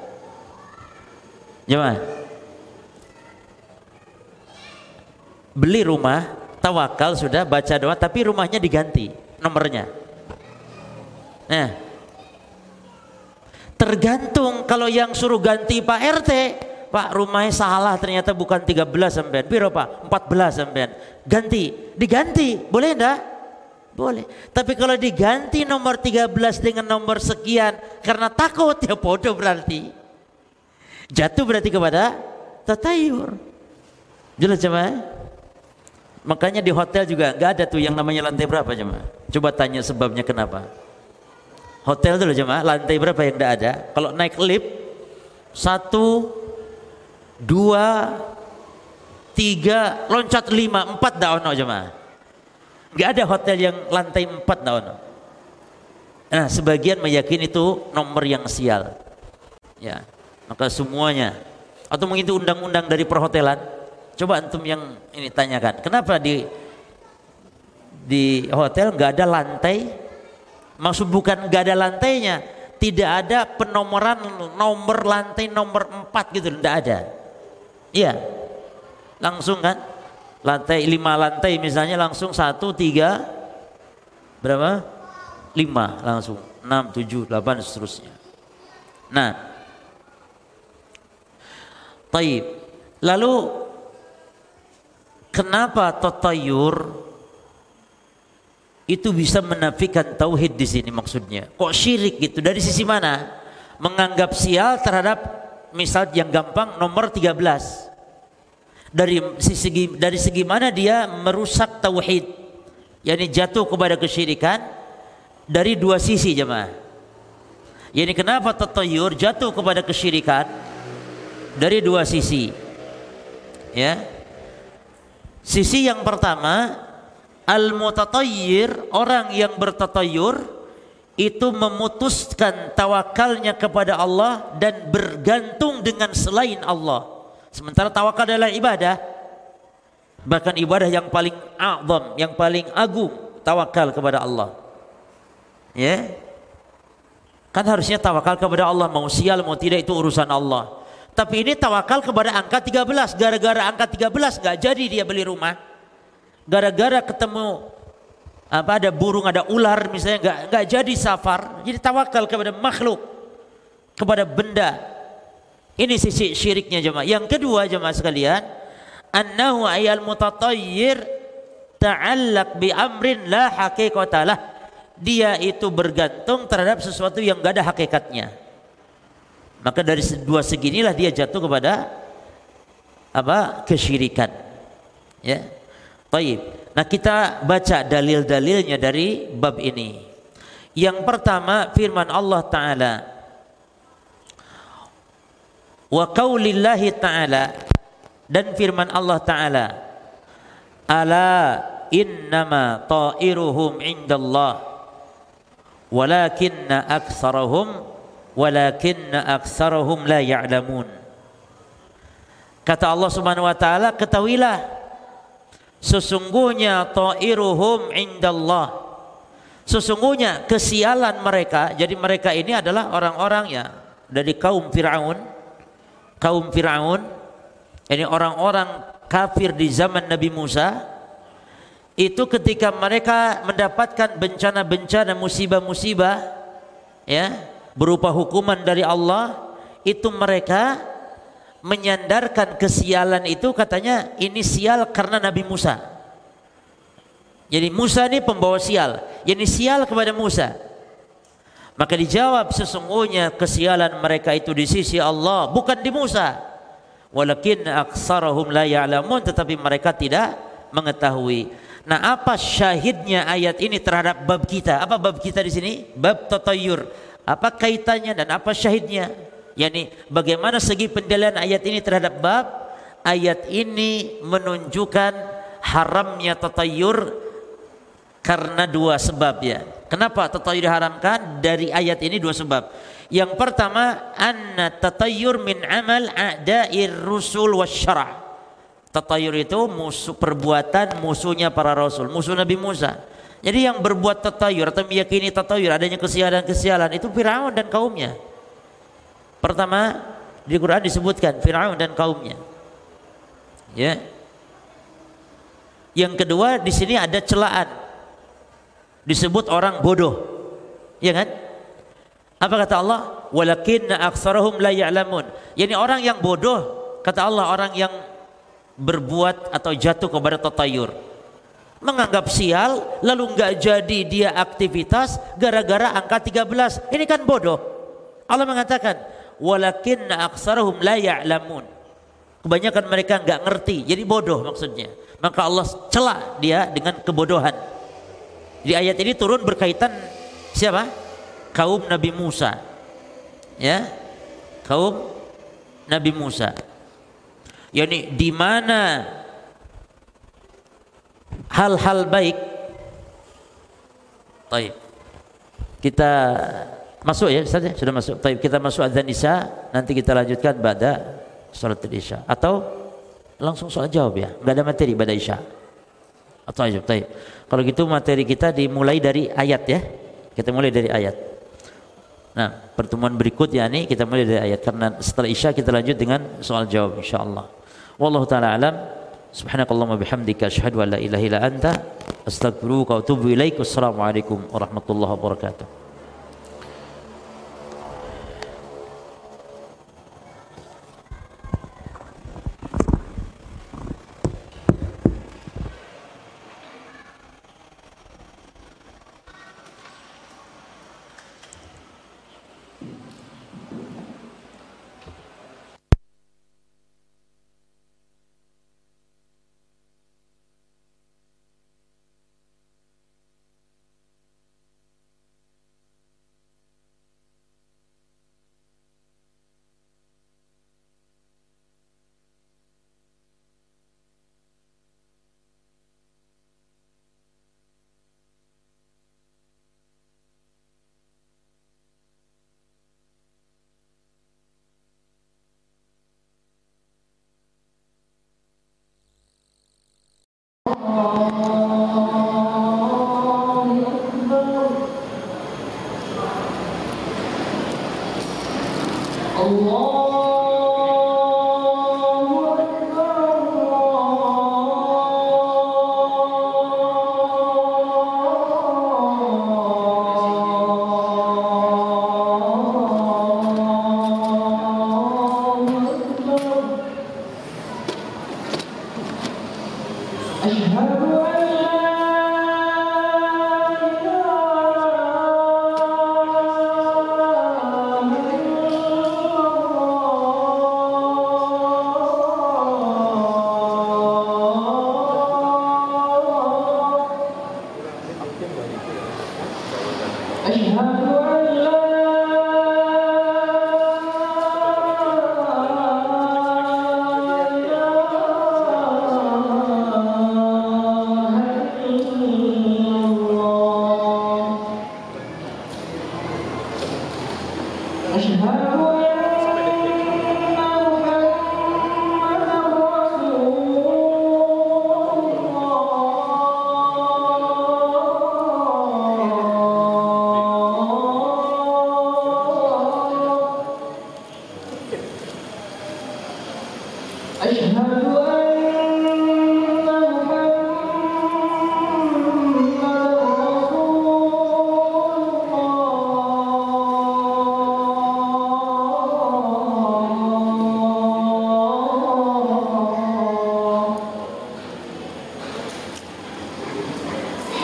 Gimana? Beli rumah, tawakal sudah, baca doa, tapi rumahnya diganti nomornya. Nah, tergantung. Kalau yang suruh ganti Pak RT, Pak rumahnya salah, ternyata bukan 13 sampean, biro Pak 14 sampean, ganti, diganti, boleh enggak? Boleh. Tapi kalau diganti nomor 13 dengan nomor sekian karena takut, ya bodoh berarti. Jatuh berarti kepada tatayur. Jelas jemaah? Makanya di hotel juga nggak ada tuh yang namanya lantai berapa jemaah. Coba tanya sebabnya kenapa. Hotel tuh loh jemaah, lantai berapa yang nggak ada. Kalau naik lift 1, 2, 3, loncat 5, 4 dah ono jemaah. Nggak ada hotel yang lantai 4 dah ono. Nah, sebagian meyakini itu nomor yang sial. Ya, maka semuanya. Atau mungkin itu undang-undang dari perhotelan. Coba antum yang ini tanyakan, kenapa di hotel nggak ada lantai? Maksud bukan nggak ada lantainya, tidak ada penomoran nomor lantai nomor 4 gitu, nggak ada. Iya, langsung kan, lantai 5 lantai misalnya langsung 1, 3, berapa? 5 langsung, 6, 7, 8 seterusnya. Nah, taib. Lalu kenapa tatayur itu bisa menafikan tauhid di sini maksudnya? Kok syirik gitu? Dari sisi mana? Menganggap sial terhadap misal yang gampang nomor 13. Dari segi mana dia merusak tauhid? yakni jatuh kepada kesyirikan dari dua sisi jemaah. Yani kenapa tatayur jatuh kepada kesyirikan? Dari dua sisi. Ya. Sisi yang pertama, al-mutatayyir, orang yang bertatayur itu memutuskan tawakalnya kepada Allah dan bergantung dengan selain Allah. Sementara tawakal adalah ibadah, bahkan ibadah yang paling a'zam, yang paling agung, tawakal kepada Allah. Ya, kan harusnya tawakal kepada Allah, mau sial mau tidak itu urusan Allah. Tapi ini tawakal kepada angka 13, gara-gara angka 13 nggak jadi dia beli rumah, gara-gara ketemu ada burung, ada ular misalnya, nggak jadi safar, jadi tawakal kepada makhluk, kepada benda. Ini sisi syiriknya jemaah. Yang kedua jemaah sekalian, annahu ayal mutatayyir ta'allaq bi amrin la haqiqatalah. Dia itu bergantung terhadap sesuatu yang enggak ada hakikatnya. Maka dari dua segi inilah dia jatuh kepada kesyirikan. Ya. Baik. Nah, kita baca dalil-dalilnya dari bab ini. Yang pertama firman Allah Ta'ala, wa qaulillahi ta'ala, dan firman Allah Ta'ala, ala innama ta'iruhum indallah walakinna aktsarahum la ya'lamun. Kata Allah Subhanahu wa taala, ketahuilah sesungguhnya ta'iruhum indallah, Sesungguhnya kesialan mereka, jadi mereka ini adalah orang-orang ya dari kaum Fir'aun. Kaum Fir'aun ini orang-orang kafir di zaman Nabi Musa. Itu ketika mereka mendapatkan bencana-bencana, musibah-musibah ya, berupa hukuman dari Allah, itu mereka menyandarkan kesialan itu, katanya ini sial karena Nabi Musa. Jadi Musa ini pembawa sial, jadi sial kepada Musa. Maka dijawab, sesungguhnya kesialan mereka itu di sisi Allah, bukan di Musa. Walakin aktsarahum la ya'lamun, tetapi mereka tidak mengetahui. Nah, apa syahidnya ayat ini terhadap bab kita? Apa bab kita di sini? Bab tatayyur. Apa kaitannya dan apa syahidnya? Yani bagaimana segi pendalilan ayat ini terhadap bab? Ayat ini menunjukkan haramnya tatayyur karena dua sebab ya. Kenapa tatayyur diharamkan? Dari ayat ini dua sebab. Yang pertama, anna tatayyur min amal a'da'ir rusul wasyara'. Tatayyur itu perbuatan musuhnya para rasul, musuh Nabi Musa. Jadi yang berbuat tatayyur atau meyakini tatayyur adanya kesialan-kesialan itu Firaun dan kaumnya. Pertama di Quran disebutkan Firaun dan kaumnya. Ya. Yang kedua di sini ada celaan. Disebut orang bodoh. Ya kan? Apa kata Allah? Walakinna aktsarahum la ya'lamun. Yani orang yang bodoh, kata Allah, orang yang berbuat atau jatuh kepada tatayyur, menganggap sial lalu enggak jadi dia aktivitas gara-gara angka 13. Ini kan bodoh. Allah mengatakan walakinna aktsarahum la ya'lamun. Kebanyakan mereka enggak ngerti, jadi bodoh maksudnya. Maka Allah cela dia dengan kebodohan. Di ayat ini turun berkaitan siapa? Kaum Nabi Musa. Ya. Kaum Nabi Musa. Yani di mana hal-hal baik. Baik. Kita masuk ya, Ustaz, sudah masuk. Baik, kita masuk adzan Isya, nanti kita lanjutkan pada salat Isya atau langsung soal jawab ya. Enggak ada materi pada Isya. Atau aja, baik. Kalau gitu materi kita dimulai dari ayat ya. Kita mulai dari ayat. Nah, pertemuan berikutnya nih kita mulai dari ayat, karena setelah Isya kita lanjut dengan soal jawab insyaallah. Wallahu taala alam. Subhanakallahumma bihamdika asyhadu an la ilaha illa anta astaghfiruka wa atubu ilaik. Wassalamualaikum warahmatullahi wabarakatuh.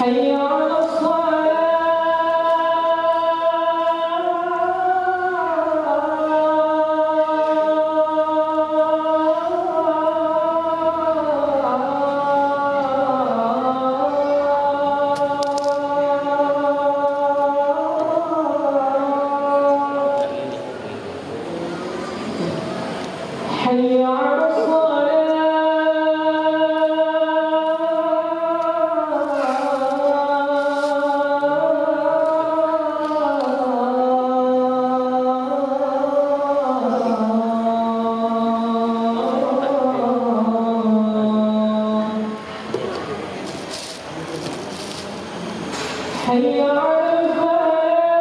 حي على حي على حي على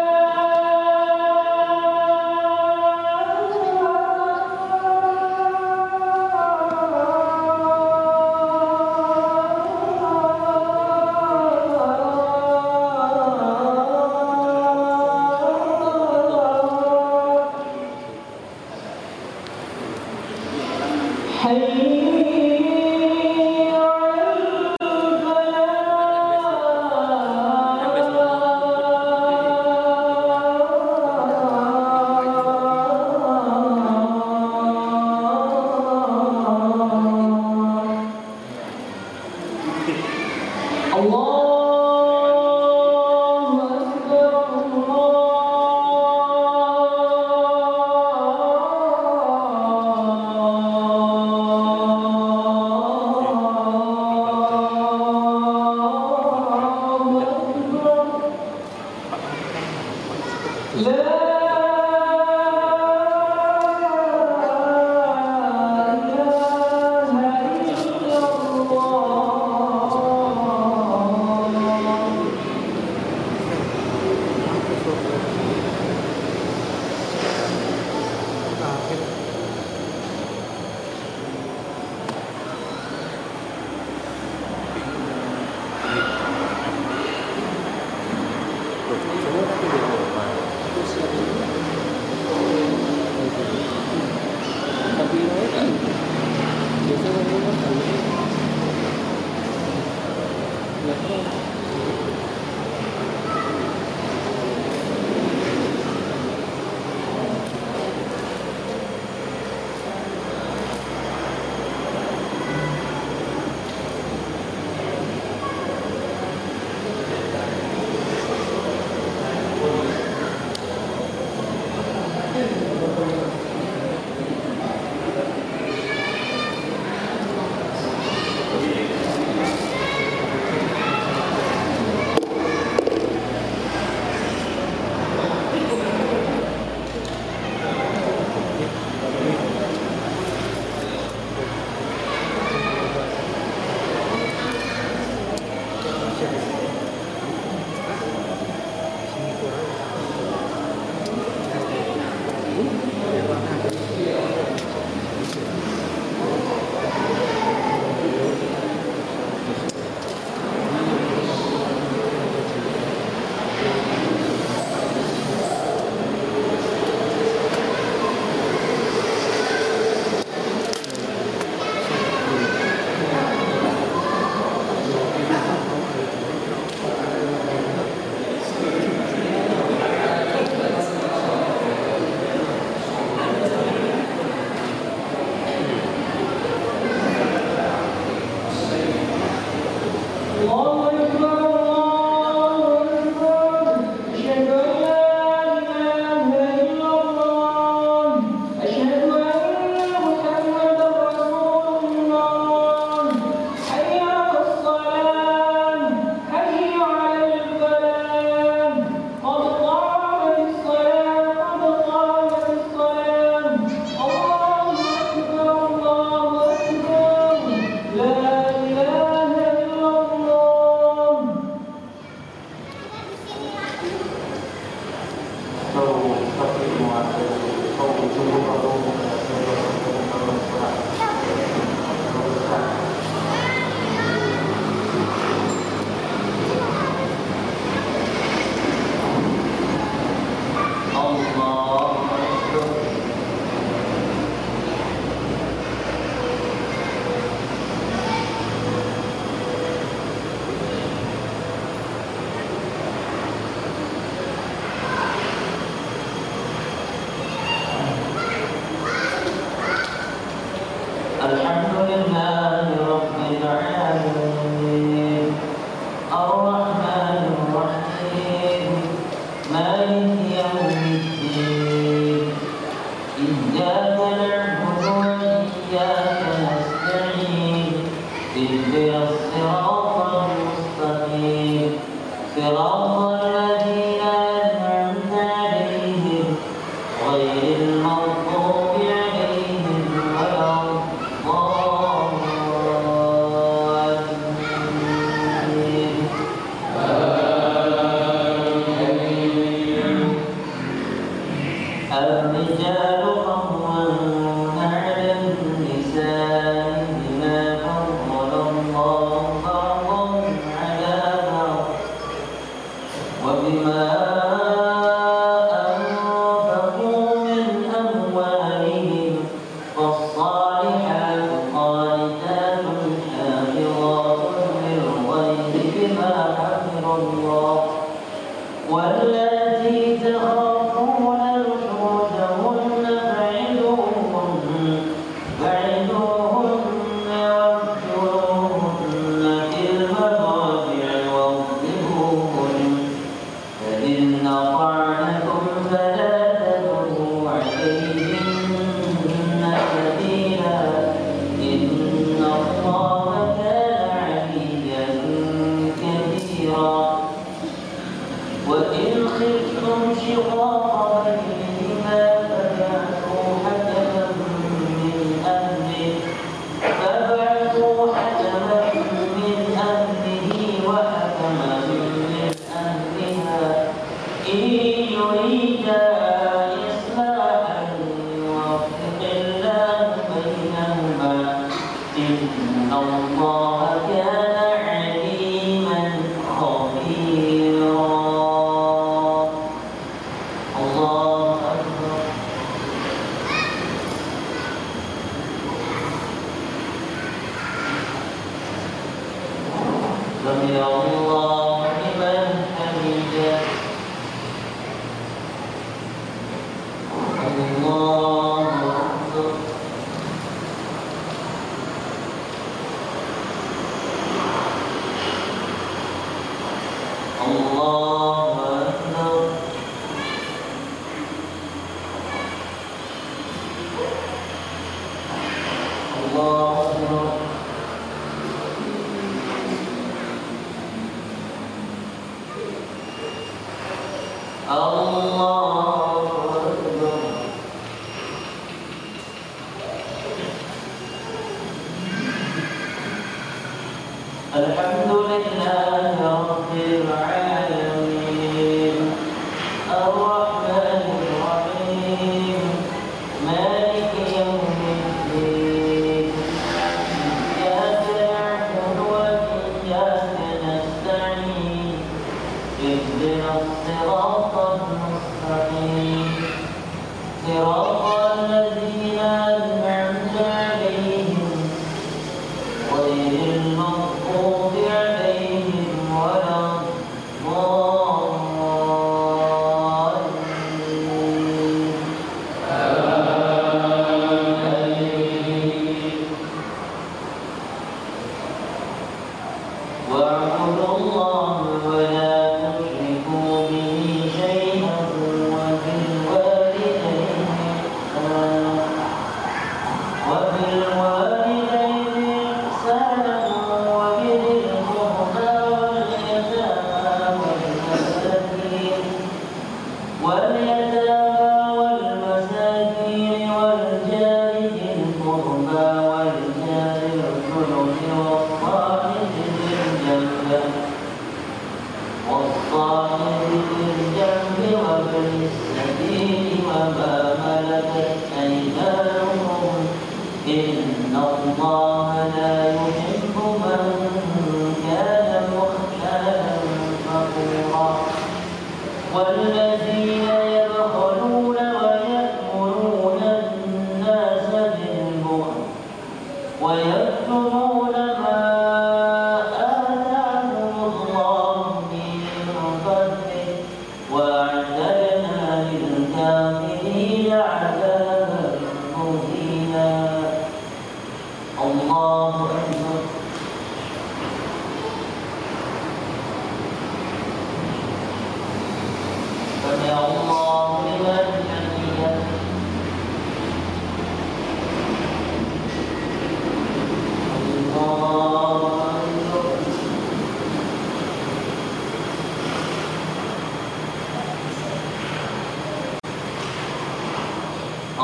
الله أكبر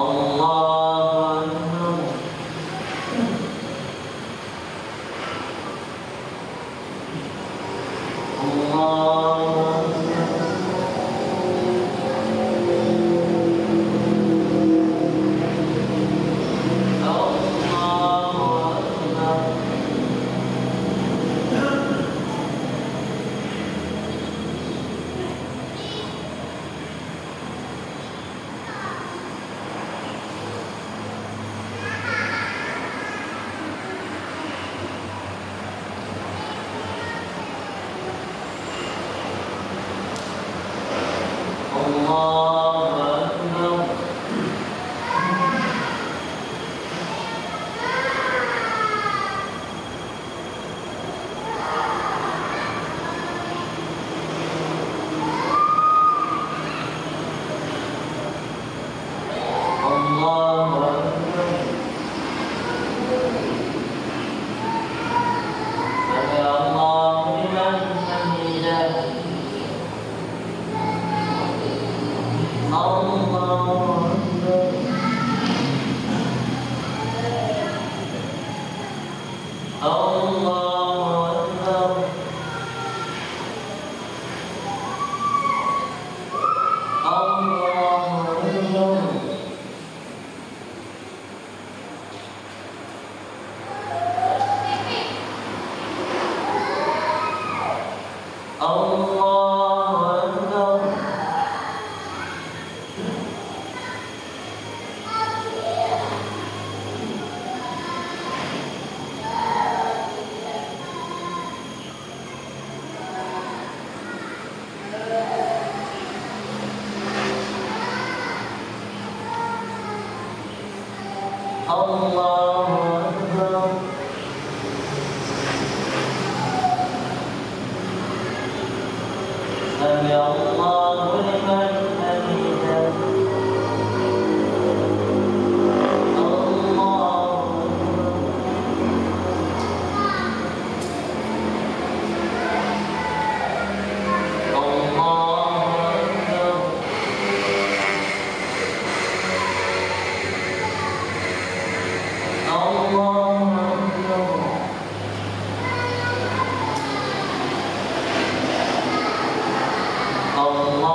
Allah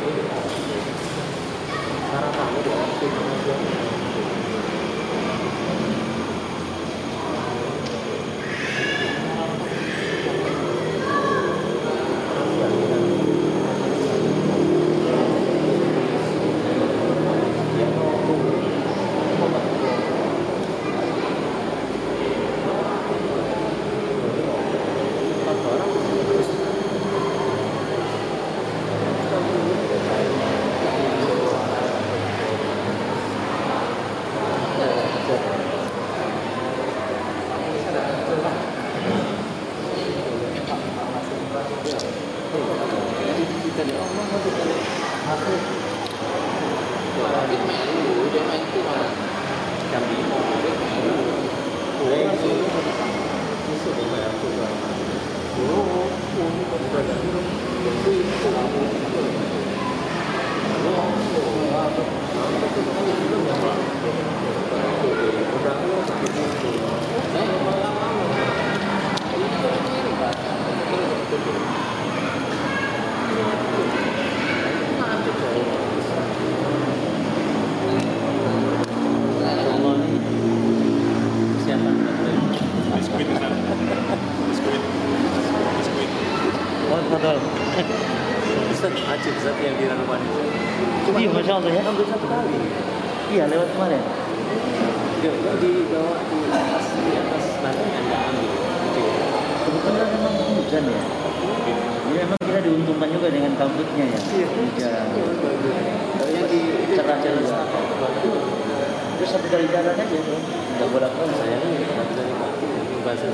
Iya, Masya Allah ya. Ambil satu kali. Iya, lewat kemarin. Enggak dibawa di atas lantai Anda ambil. Kebetulan memang hujan ya. Jadi memang kita diuntungkan juga dengan kabutnya ya. Hujan. Yang di Cerah jalan juga. selatan. Terus satu kali jalan aja tuh. Enggak bolak-balik. Saya dari Batu di bahasa.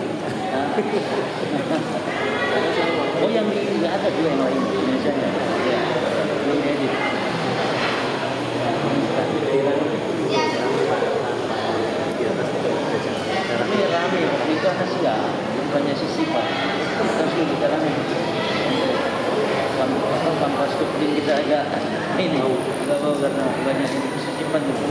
Oh, yang enggak ada juga yang lain Indonesia ya. Ya. Belum edit. Tapi rame, itu anak siang, bukannya sisi pak. Kita sudah berjalan kampas kuping kita agak ini, nggak mau karena banyak ini kesucipan gitu.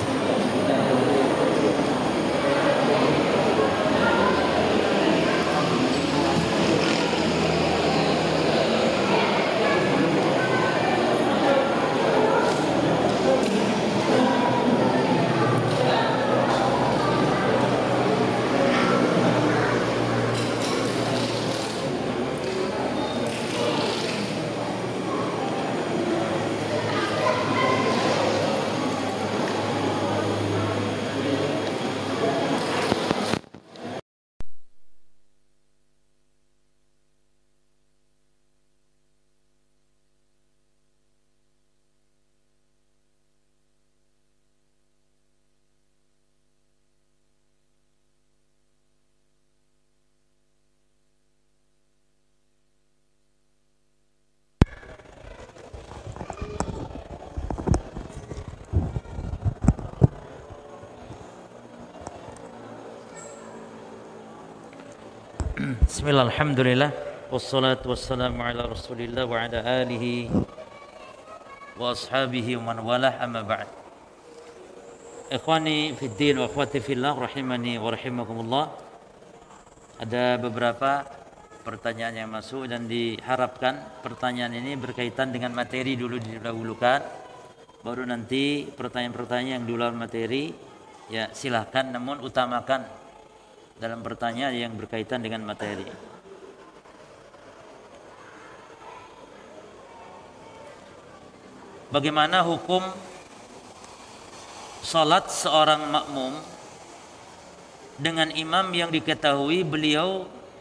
Bismillah, alhamdulillah, wassalatu wassalamu ala rasulillah wa ala alihi wa ashabihi wa man walah, amma ba'd. Ikhwani fiddin wa akhwati fillah rahimani wa rahimakumullah. Ada beberapa pertanyaan yang masuk dan diharapkan pertanyaan ini berkaitan dengan materi dulu didahulukan, baru nanti pertanyaan-pertanyaan yang di luar materi ya silahkan, namun utamakan dalam pertanyaan yang berkaitan dengan materi. Bagaimana hukum salat seorang makmum dengan imam yang diketahui beliau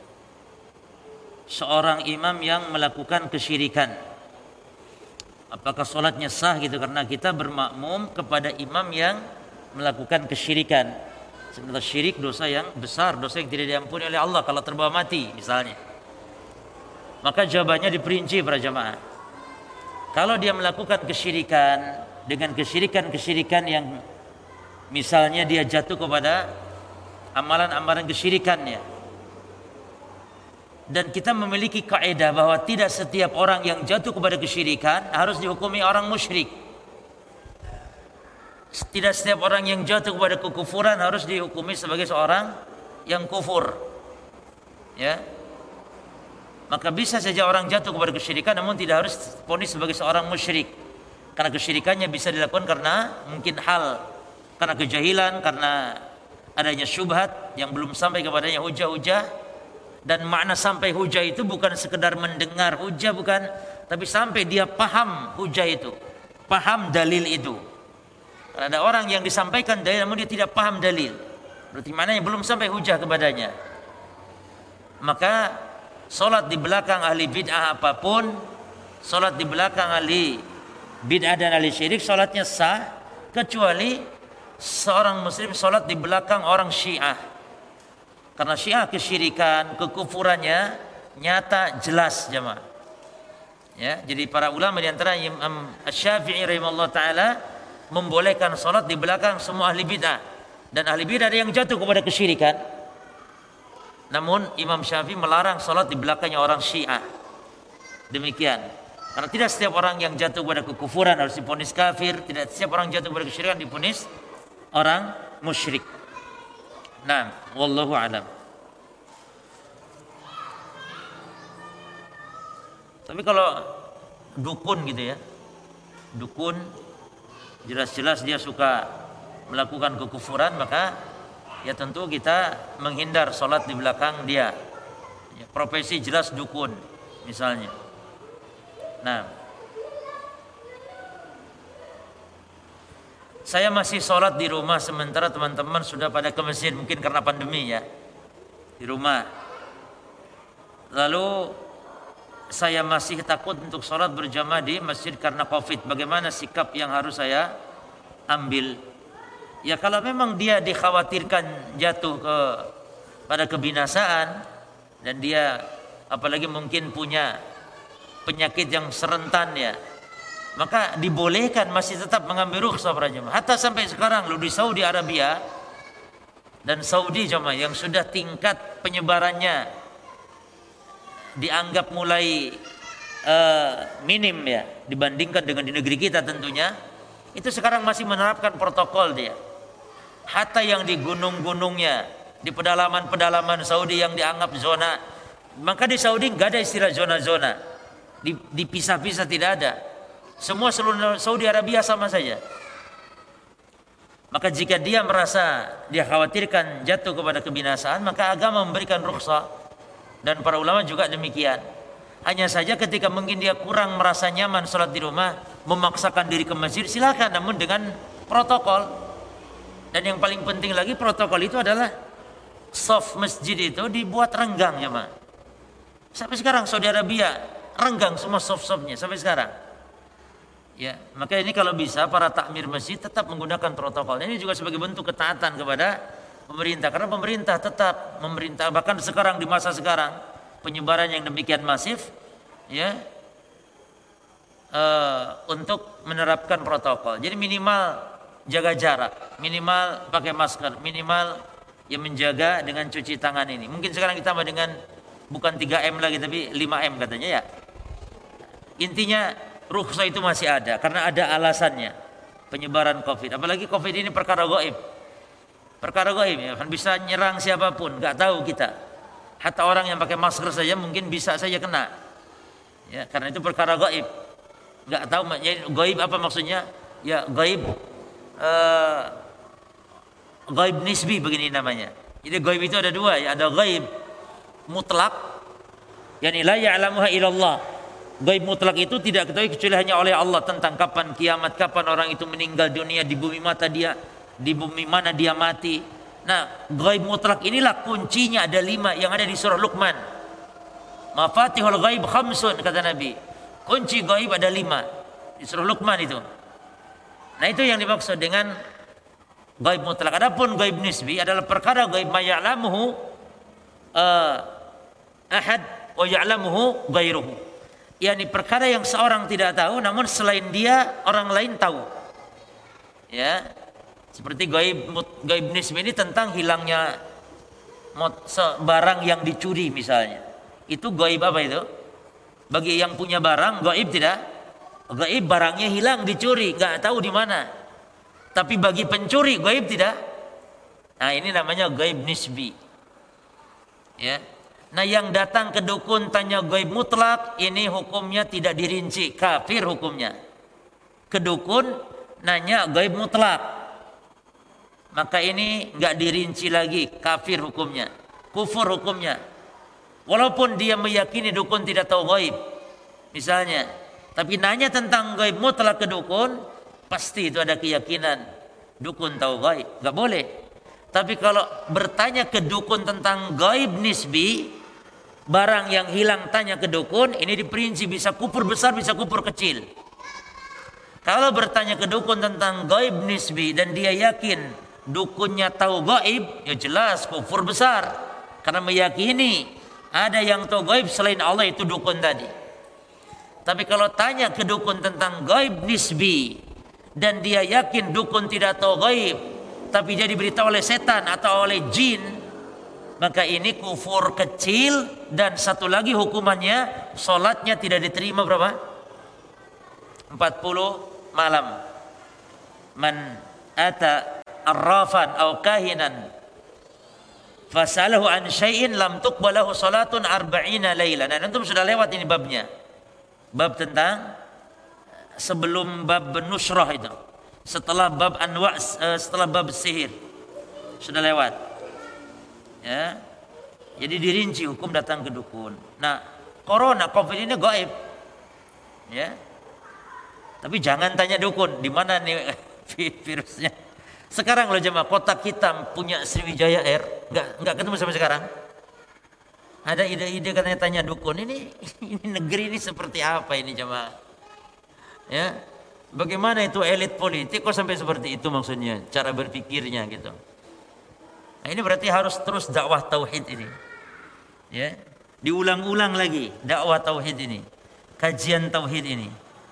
seorang imam yang melakukan kesyirikan? Apakah salatnya sah gitu, karena kita bermakmum kepada imam yang melakukan kesyirikan? Sebenarnya syirik dosa yang besar, dosa yang tidak diampuni oleh Allah kalau terbawa mati misalnya. Maka jawabannya diperinci para jamaah. Kalau dia melakukan kesyirikan dengan kesyirikan yang misalnya dia jatuh kepada amalan-amalan kesyirikannya, dan kita memiliki kaidah bahwa tidak setiap orang yang jatuh kepada kesyirikan harus dihukumi orang musyrik. Tidak setiap orang yang jatuh kepada kekufuran harus dihukumi sebagai seorang yang kufur. Ya. Maka bisa saja orang jatuh kepada kesyirikan namun tidak harus divonis sebagai seorang musyrik. Karena kesyirikannya bisa dilakukan karena mungkin karena kejahilan, karena adanya syubhat yang belum sampai kepadanya hujah-hujah. Dan makna sampai hujah itu bukan sekedar mendengar hujah, bukan, tapi sampai dia paham hujah itu, paham dalil itu. Karena ada orang yang disampaikan dalil namun dia tidak paham dalil, berarti maknanya belum sampai hujah kepadanya. Maka solat di belakang ahli bid'ah apapun, solat di belakang ahli bid'ah dan ahli syirik, solatnya sah, kecuali seorang muslim solat di belakang orang Syiah. Karena Syiah kesyirikan, kekufurannya nyata jelas jemaah. Ya, jadi para ulama di antara Imam Asy-Syafi'i rahimahullah taala membolehkan solat di belakang semua ahli bid'ah, dan ahli bid'ah ada yang jatuh kepada kesyirikan. Namun Imam Syafi'i melarang solat di belakangnya orang Syiah. Demikian. Karena tidak setiap orang yang jatuh pada kekufuran harus divonis kafir, tidak setiap orang jatuh pada kesyirikan divonis orang musyrik. Nah, wallahu a'lam. Tapi kalau dukun gitu ya, dukun jelas-jelas dia suka melakukan kekufuran, maka ya tentu kita menghindar sholat di belakang dia. Ya, profesi jelas dukun misalnya. Nah, saya masih sholat di rumah sementara teman-teman sudah pada ke masjid, mungkin karena pandemi ya, di rumah. Lalu saya masih takut untuk sholat berjamaah di masjid karena COVID. Bagaimana sikap yang harus saya ambil? Ya kalau memang dia dikhawatirkan jatuh pada kebinasaan, dan dia apalagi mungkin punya penyakit yang serentan ya, maka dibolehkan masih tetap mengambil rukhsah para jemaah. Hatta sampai sekarang di Saudi Arabia dan Saudi jemaah yang sudah tingkat penyebarannya dianggap mulai minim ya dibandingkan dengan di negeri kita tentunya, itu sekarang masih menerapkan protokol dia. Hatta yang di gunung-gunungnya, di pedalaman-pedalaman Saudi yang dianggap zona, maka di Saudi nggak ada istilah zona-zona, dipisah-pisah, tidak ada. Semua seluruh Saudi Arabia sama saja. Maka jika dia merasa dia khawatirkan jatuh kepada kebinasaan, maka agama memberikan rukhsah, dan para ulama juga demikian. Hanya saja ketika mungkin dia kurang merasa nyaman sholat di rumah, memaksakan diri ke masjid, silakan, namun dengan protokol. Dan yang paling penting lagi protokol itu adalah shaf masjid itu dibuat renggang ya ma. Sampai sekarang Saudi Arabia renggang semua shaf-shafnya sampai sekarang. Ya, maka ini kalau bisa para takmir masjid tetap menggunakan protokol. Ini juga sebagai bentuk ketaatan kepada pemerintah, karena pemerintah tetap memerintah, bahkan sekarang di masa sekarang penyebaran yang demikian masif ya, untuk menerapkan protokol. Jadi minimal jaga jarak, minimal pakai masker, minimal ya menjaga dengan cuci tangan ini. Mungkin sekarang kita dengan bukan 3M lagi tapi 5M katanya ya. Intinya rukhsah itu masih ada karena ada alasannya, penyebaran COVID. Apalagi COVID ini perkara gaib. Perkara gaib ya, kan bisa nyerang siapapun, nggak tahu kita. Hatta orang yang pakai masker saja mungkin bisa saja kena. Ya, karena itu perkara gaib. Nggak tahu gaib apa maksudnya? Ya gaib gaib nisbi begini namanya. Jadi gaib itu ada dua ya, ada gaib mutlak, yakni la ya'lamuha illallah. Gaib mutlak itu tidak ketahui kecuali hanya oleh Allah, tentang kapan kiamat, kapan orang itu meninggal dunia, di bumi mana dia mati. Nah, gaib mutlak inilah kuncinya ada 5 yang ada di surah Luqman. Mafatihul ghaib khamsun kata Nabi. Kunci gaib ada 5 di surah Luqman itu. Nah, itu yang dimaksud dengan gaib mutlak. Adapun gaib nisbi adalah perkara gaib ma ya'lamuhu ahad wa ya'lamuhu ghairuhu. yakni perkara yang seorang tidak tahu namun selain dia orang lain tahu. Ya. Seperti gaib nisbi ini tentang hilangnya barang yang dicuri misalnya. Itu gaib apa itu? Bagi yang punya barang gaib tidak? Gaib barangnya hilang, dicuri, enggak tahu di mana. Tapi bagi pencuri gaib tidak? Nah, ini namanya gaib nisbi. Ya. Nah, yang datang ke dukun tanya gaib mutlak, ini hukumnya tidak dirinci, kafir hukumnya. ke dukun nanya gaib mutlak. Maka ini enggak dirinci lagi, kafir hukumnya, kufur hukumnya. Walaupun dia meyakini dukun tidak tahu gaib, misalnya, tapi nanya tentang gaib mutlak ke dukun, pasti itu ada keyakinan dukun tahu gaib, enggak boleh. Tapi kalau bertanya ke dukun tentang gaib nisbi, barang yang hilang tanya ke dukun, ini diperinci bisa kufur besar, bisa kufur kecil. Kalau bertanya ke dukun tentang gaib nisbi dan dia yakin dukunnya tahu gaib, ya jelas kufur besar. Karena meyakini ada yang tahu gaib selain Allah, itu dukun tadi. Tapi kalau tanya ke dukun tentang gaib nisbi dan dia yakin dukun tidak tahu gaib, tapi dia diberitahu oleh setan atau oleh jin, maka ini kufur kecil. Dan satu lagi hukumannya, sholatnya tidak diterima berapa? 40 malam. Man ata arrafan aw kahinan fasalahu an syai'in lam tuqbalahu salatun 40 lailan. Dan antum sudah lewat ini babnya. Bab tentang sebelum bab nusrah itu. Setelah bab anwa, setelah bab sihir. Sudah lewat. Ya. Jadi dirinci hukum datang ke dukun. Nah, corona, Covid ini gaib. Ya. Tapi jangan tanya dukun, di mana nih virusnya. Sekarang loh jemaah, kotak hitam punya Sriwijaya Air, enggak ketemu sampai sekarang. Ada ide-ide katanya tanya dukun, ini negeri ini seperti apa ini jemaah? Ya. Bagaimana itu elit politik kok sampai seperti itu maksudnya, cara berpikirnya gitu. Nah, ini berarti harus terus dakwah tauhid ini. Ya. Diulang-ulang lagi dakwah tauhid ini. Kajian tauhid ini.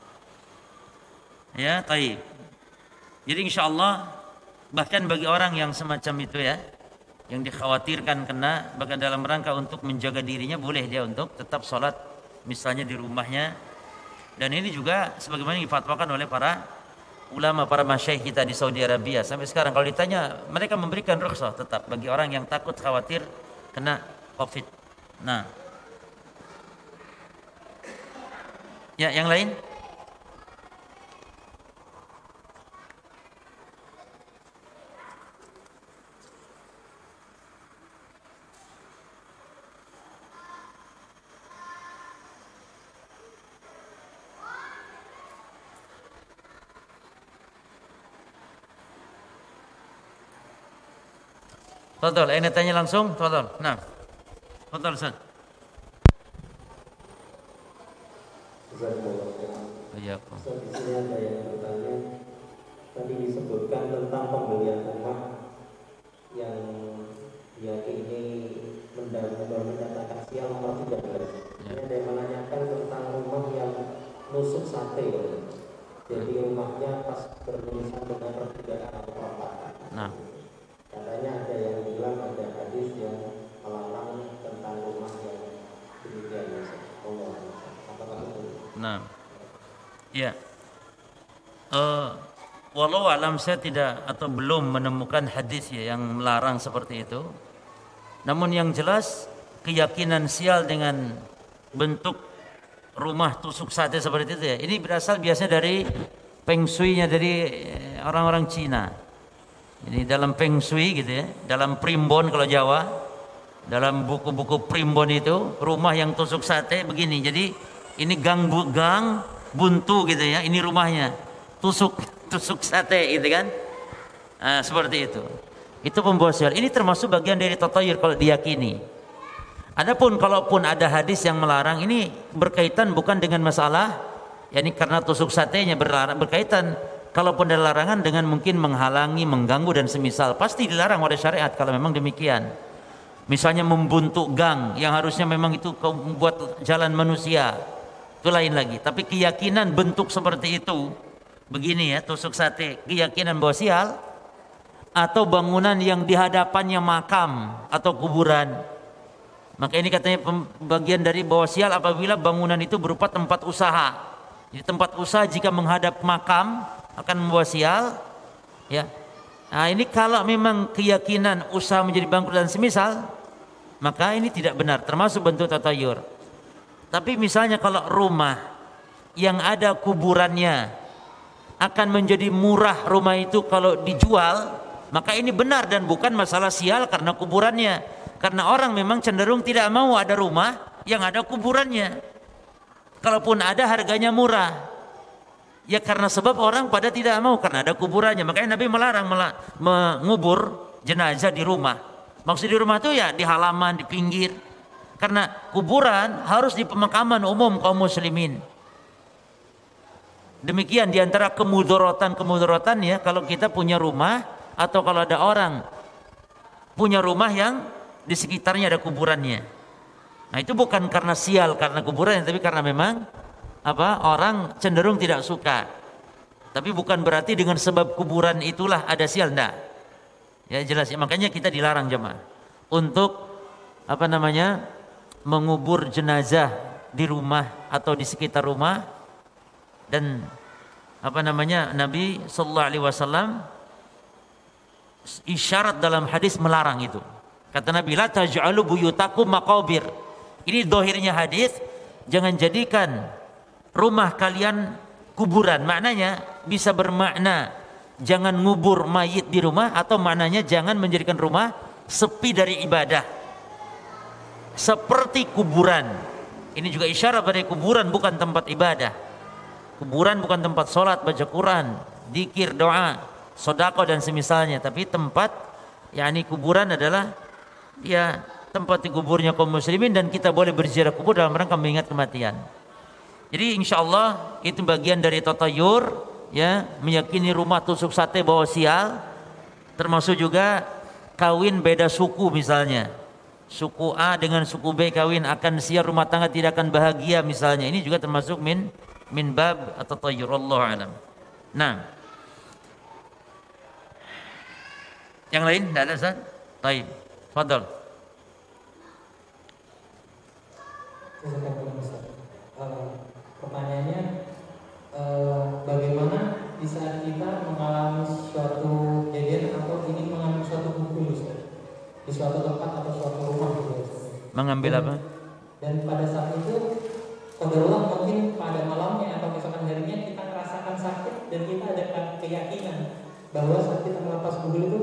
Ya, taib. Jadi insyaallah bahkan bagi orang yang semacam itu ya, yang dikhawatirkan kena, bahkan dalam rangka untuk menjaga dirinya, boleh dia untuk tetap sholat misalnya di rumahnya. Dan ini juga sebagaimana difatwakan oleh para ulama, para masyayikh kita di Saudi Arabia. Sampai sekarang kalau ditanya, mereka memberikan rukhsah tetap bagi orang yang takut khawatir kena Covid. Nah, ya yang lain? Tafadhal, ini tanya langsung, tafadhal. Nah. Tafadhal, Ustaz. Iya, Pak. Di sini ada yang bertanya, tadi disebutkan tentang pembelian rumah yang diyakini mendatangkan sial nomor 13. Ini ada yang menanyakan tentang rumah yang nusuk sate. Jadi rumahnya pas bertulisan dengan pertigaan atau perempatan. Nah. Katanya ada yang bilang ada hadis yang melarang tentang rumah yang demikian. Apakah betul? Nah, ya. Walau alam saya tidak atau belum menemukan hadis ya yang melarang seperti itu. Namun yang jelas keyakinan sial dengan bentuk rumah tusuk sate seperti itu ya. Ini berasal biasanya dari Feng Shui-nya dari orang-orang Cina. Ini dalam Feng Shui gitu ya, dalam primbon kalau Jawa, dalam buku-buku primbon itu rumah yang tusuk sate begini. Jadi ini gang buntu gitu ya, ini rumahnya tusuk sate gitu kan. Nah, seperti itu. Itu pembawa sial. Ini termasuk bagian dari tatayur kalau diyakini. Adapun kalaupun ada hadis yang melarang, ini berkaitan bukan dengan masalah yakni karena tusuk satenya berkaitan. Kalaupun ada larangan dengan mungkin menghalangi, mengganggu dan semisal, pasti dilarang oleh syariat kalau memang demikian. Misalnya membuntuk gang yang harusnya memang itu membuat jalan manusia, itu lain lagi. Tapi keyakinan bentuk seperti itu, begini ya, tusuk sate, keyakinan bahwa sial, atau bangunan yang di hadapannya makam atau kuburan. Maka ini katanya bagian dari bahwa sial apabila bangunan itu berupa tempat usaha. Jadi tempat usaha jika menghadap makam akan membawa sial, ya. Nah, ini kalau memang keyakinan usaha menjadi bangkrut dan semisal, maka ini tidak benar, termasuk bentuk tatayur. Tapi misalnya kalau rumah yang ada kuburannya akan menjadi murah rumah itu kalau dijual, maka ini benar dan bukan masalah sial karena kuburannya. Karena orang memang cenderung tidak mau ada rumah yang ada kuburannya. Kalaupun ada harganya murah. Ya karena sebab orang pada tidak mau karena ada kuburannya. Makanya Nabi melarang mengubur jenazah di rumah. Maksud di rumah itu ya di halaman, di pinggir. Karena kuburan harus di pemakaman umum kaum muslimin. Demikian diantara kemudaratan ya kalau kita punya rumah atau kalau ada orang punya rumah yang di sekitarnya ada kuburannya. Nah itu bukan karena sial karena kuburan, tapi karena memang orang cenderung tidak suka. Tapi bukan berarti dengan sebab kuburan itulah ada sial, enggak. Ya jelas ya, makanya kita dilarang jemaah untuk mengubur jenazah di rumah atau di sekitar rumah. Dan Nabi sallallahu alaihi wasallam isyarat dalam hadis melarang itu. Kata Nabi, la taj'alu buyutakum maqabir. Ini dohirnya hadis, jangan jadikan rumah kalian kuburan. Maknanya bisa bermakna jangan ngubur mayit di rumah, atau maknanya jangan menjadikan rumah sepi dari ibadah seperti kuburan. Ini juga isyarat pada kuburan bukan tempat ibadah. Kuburan bukan tempat sholat, baca Quran, zikir, doa, sedekah dan semisalnya. Tapi tempat, yakni kuburan adalah ya tempat dikuburnya kaum muslimin, dan kita boleh berziarah kubur dalam rangka mengingat kematian. Jadi insya Allah itu bagian dari tatayur, ya, meyakini rumah tusuk sate bawa sial, termasuk juga kawin beda suku misalnya. Suku A dengan suku B kawin akan sial, rumah tangga tidak akan bahagia misalnya. Ini juga termasuk min bab atau tayyur, Allahu alam. Nah, yang lain tidak ada Ustaz? Baik, fadhal. Pertanyaannya, bagaimana di saat kita mengalami suatu kejadian atau ingin mengambil suatu buku di suatu tempat atau suatu rumah mengambil apa? Dan pada saat itu qadarullah mungkin pada malamnya atau keesokan harinya kita merasakan sakit, dan kita ada keyakinan bahwa saat kita melepas buku itu,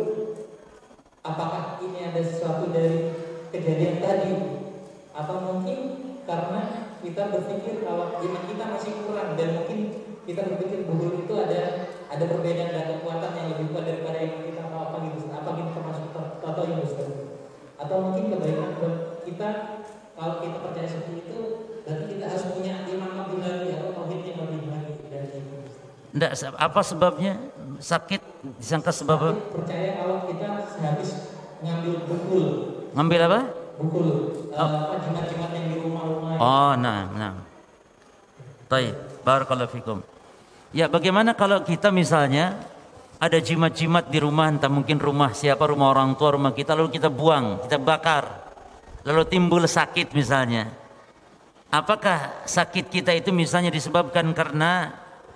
apakah ini ada sesuatu dari kejadian tadi, atau mungkin karena kita berpikir kalau iman kita masih kurang, dan mungkin kita berpikir buku itu ada perbedaan dan kekuatan yang lebih kuat daripada iman kita, atau apa gitu termasuk atau yang atau mungkin kebaikan buat kita. Kalau kita percaya seperti itu, berarti kita harus punya iman lebih lagi atau tauhid yang lebih lagi dari itu. Enggak, apa sebabnya sakit disangka sebab apa? Percaya kalau kita sehabis ngambil bukul. Ngambil apa? Bukul. Jimat-jimat yang di rumah-rumah. Oh, nah. Baik, barakallahu fikum. Ya, bagaimana kalau kita misalnya ada jimat-jimat di rumah, entah mungkin rumah siapa, rumah orang tua, rumah kita, lalu kita buang, kita bakar. Lalu timbul sakit misalnya. Apakah sakit kita itu misalnya disebabkan karena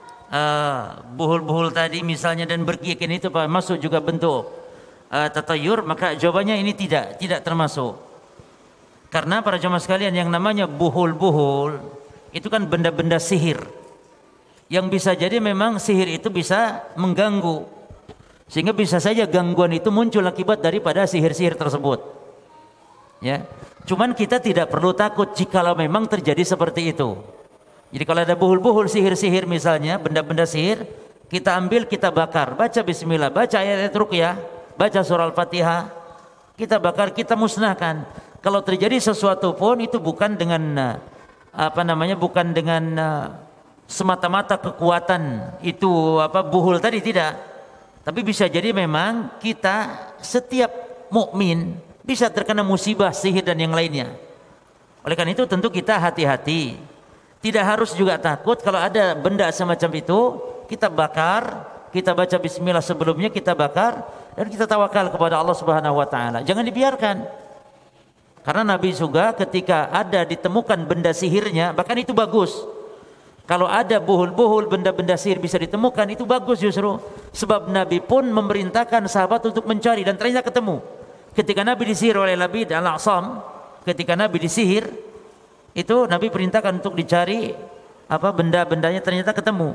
buhul-buhul tadi misalnya, dan berkeyakinan itu masuk juga bentuk tatayur? Maka jawabannya ini tidak termasuk. Karena para jamaah sekalian, yang namanya buhul-buhul itu kan benda-benda sihir, yang bisa jadi memang sihir itu bisa mengganggu, sehingga bisa saja gangguan itu muncul akibat daripada sihir-sihir tersebut. Ya, cuman kita tidak perlu takut jikalau memang terjadi seperti itu. Jadi kalau ada buhul-buhul sihir-sihir misalnya, benda-benda sihir, kita ambil, kita bakar, baca bismillah, baca ayat ruqyah, baca surah Al-Fatihah, kita bakar, kita musnahkan. Kalau terjadi sesuatu pun itu bukan dengan bukan dengan semata-mata kekuatan itu buhul tadi, tidak. Tapi bisa jadi memang kita setiap mukmin bisa terkena musibah, sihir dan yang lainnya. Oleh karena itu tentu kita hati-hati. Tidak harus juga takut kalau ada benda semacam itu, kita bakar, kita baca bismillah sebelumnya, kita bakar, dan kita tawakal kepada Allah Subhanahu wa taala. Jangan dibiarkan. Karena Nabi juga ketika ada ditemukan benda sihirnya, bahkan itu bagus. Kalau ada buhul-buhul, benda-benda sihir bisa ditemukan, itu bagus justru. Sebab Nabi pun memerintahkan sahabat untuk mencari, dan ternyata ketemu. Ketika Nabi disihir oleh Labid al-A'sam, ketika Nabi disihir, itu Nabi perintahkan untuk dicari benda-bendanya, ternyata ketemu.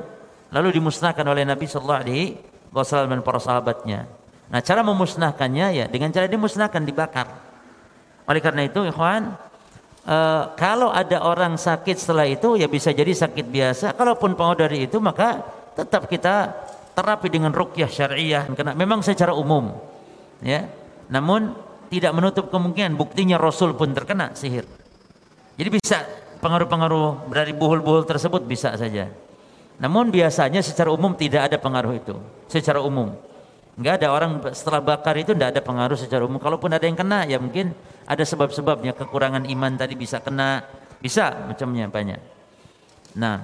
lalu dimusnahkan oleh Nabi sallallahu alaihi wasallam dan para sahabatnya. Nah, cara memusnahkannya ya dengan cara dimusnahkan, dibakar. Oleh karena itu, ikhwan, kalau ada orang sakit setelah itu ya bisa jadi sakit biasa. Kalaupun pengaruh dari itu, maka tetap kita terapi dengan ruqyah syariah, karena memang secara umum, ya. Namun tidak menutup kemungkinan buktinya Rasul pun terkena sihir. Jadi bisa pengaruh-pengaruh dari buhul-buhul tersebut bisa saja. Namun biasanya secara umum tidak ada pengaruh itu. Secara umum, enggak ada orang setelah bakar itu tidak ada pengaruh secara umum. Kalaupun ada yang kena, ya mungkin ada sebab-sebabnya, kekurangan iman tadi bisa kena, bisa macamnya banyak. Nah,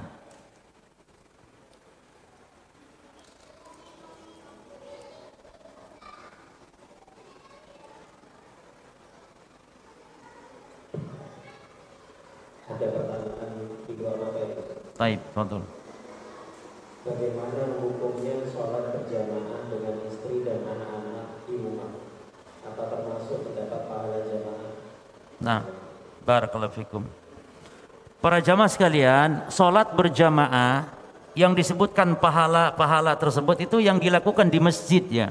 ada pertanyaan di luar materi. baik, betul. Bagaimana hukumnya sholat berjamaah dengan istri dan anak-anak di rumah? Apa termasuk mendapat pahala jamaah? Nah, barakallahu fikum. Para jamaah sekalian, sholat berjamaah yang disebutkan pahala-pahala tersebut itu yang dilakukan di masjid ya.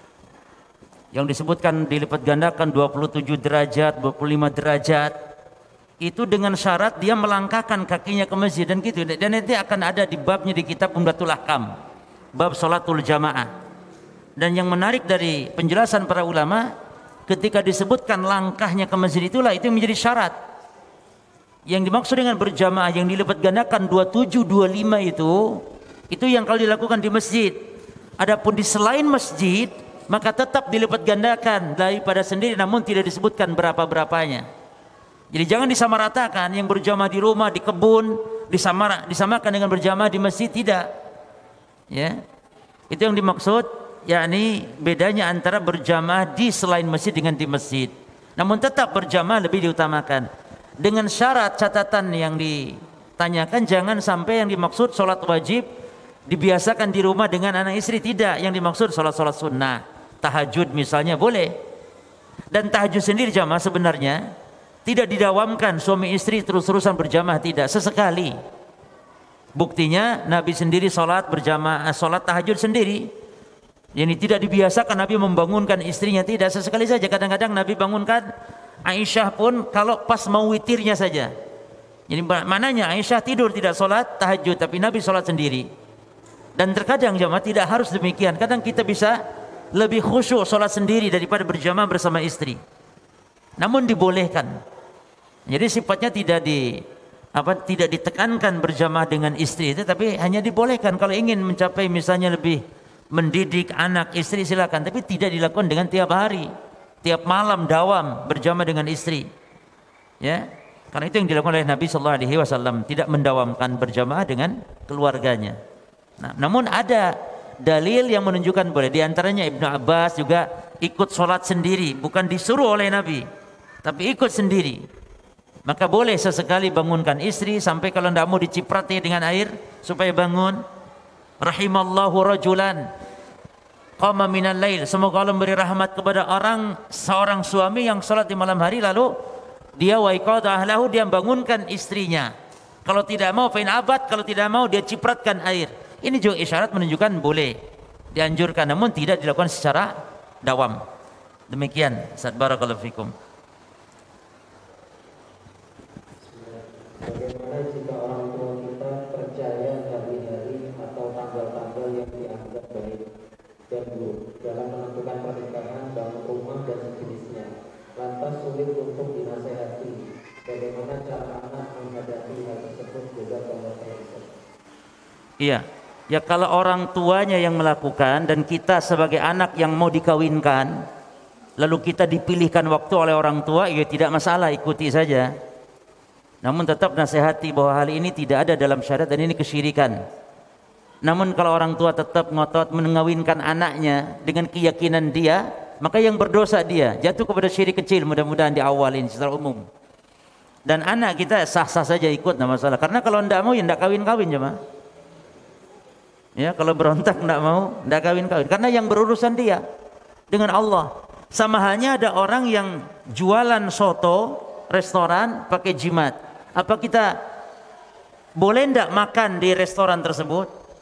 Yang disebutkan dilipat gandakan 27 derajat, 25 derajat. Itu dengan syarat dia melangkahkan kakinya ke masjid dan gitu. Dan nanti akan ada di babnya di kitab Umdatul Ahkam, bab sholatul jamaah. Dan yang menarik dari penjelasan para ulama, ketika disebutkan langkahnya ke masjid itulah itu menjadi syarat. Yang dimaksud dengan berjamaah yang dilipat gandakan 27, 25 itu yang kalau dilakukan di masjid. Adapun di selain masjid, maka tetap dilipat gandakan daripada sendiri, namun tidak disebutkan berapa-berapanya. Jadi jangan disamaratakan yang berjamaah di rumah, di kebun, disamakan dengan berjamaah di masjid, tidak. Ya. Itu yang dimaksud, yakni bedanya antara berjamaah di selain masjid dengan di masjid. Namun tetap berjamaah lebih diutamakan. Dengan syarat catatan yang ditanyakan, jangan sampai yang dimaksud sholat wajib dibiasakan di rumah dengan anak istri, tidak. Yang dimaksud sholat-sholat sunnah, tahajud misalnya boleh. Dan tahajud sendiri jamaah sebenarnya tidak didawamkan suami istri terus-terusan berjamaah, tidak, sesekali. Buktinya Nabi sendiri sholat berjamaah, sholat tahajud sendiri. Jadi tidak dibiasakan Nabi membangunkan istrinya, tidak, sesekali saja. Kadang-kadang Nabi bangunkan Aisyah pun kalau pas mau witirnya saja. Jadi mananya Aisyah tidur tidak sholat tahajud, tapi Nabi sholat sendiri. Dan terkadang jamaah tidak harus demikian. Kadang kita bisa lebih khusyuk sholat sendiri daripada berjamaah bersama istri. Namun dibolehkan. Jadi sifatnya tidak ditekankan berjamaah dengan istri itu, tapi hanya dibolehkan kalau ingin mencapai misalnya lebih mendidik anak istri, silakan, tapi tidak dilakukan dengan tiap hari, tiap malam dawam berjamaah dengan istri. Ya. Karena itu yang dilakukan oleh Nabi sallallahu alaihi wasallam, tidak mendawamkan berjamaah dengan keluarganya. Nah, namun ada dalil yang menunjukkan boleh. Di antaranya Ibnu Abbas juga ikut sholat sendiri, bukan disuruh oleh Nabi, tapi ikut sendiri. Maka boleh sesekali bangunkan istri, sampai kalau tidak mau diciprati dengan air supaya bangun. Rahimallahu rajulan qama minal lail. Semoga Allah memberi rahmat kepada seorang suami yang salat di malam hari, lalu dia waiqadha ahlahu, dia bangunkan istrinya. Kalau tidak mau fa in abad, kalau tidak mau dia cipratkan air. Ini juga isyarat menunjukkan boleh, dianjurkan, namun tidak dilakukan secara dawam. Demikian, Ustaz, barakallahu fikum. Bagaimana jika orang tua kita percaya hari-hari atau tanggal-tanggal yang dianggap baik dan buruk dalam menentukan pernikahan, bangun rumah dan sejenisnya, lantas sulit untuk dinasehati? Bagaimana cara anak menghadapi hal tersebut juga kalau terlibat? Iya, ya kalau orang tuanya yang melakukan dan kita sebagai anak yang mau dikawinkan, lalu kita dipilihkan waktu oleh orang tua, ya tidak masalah, ikuti saja. Namun tetap nasihati bahwa hal ini tidak ada dalam syariat dan ini kesyirikan. Namun kalau orang tua tetap ngotot mengawinkan anaknya dengan keyakinan dia, maka yang berdosa dia, jatuh kepada syirik kecil, mudah-mudahan di awal ini secara umum. Dan anak kita sah-sah saja ikut, tidak masalah. Karena kalau tidak mau ya tidak kawin-kawin jemaah. Ya, kalau berontak tidak mau, tidak kawin-kawin. Karena yang berurusan dia dengan Allah. Sama halnya ada orang yang jualan soto, restoran pakai jimat. Apa kita boleh tidak makan di restoran tersebut?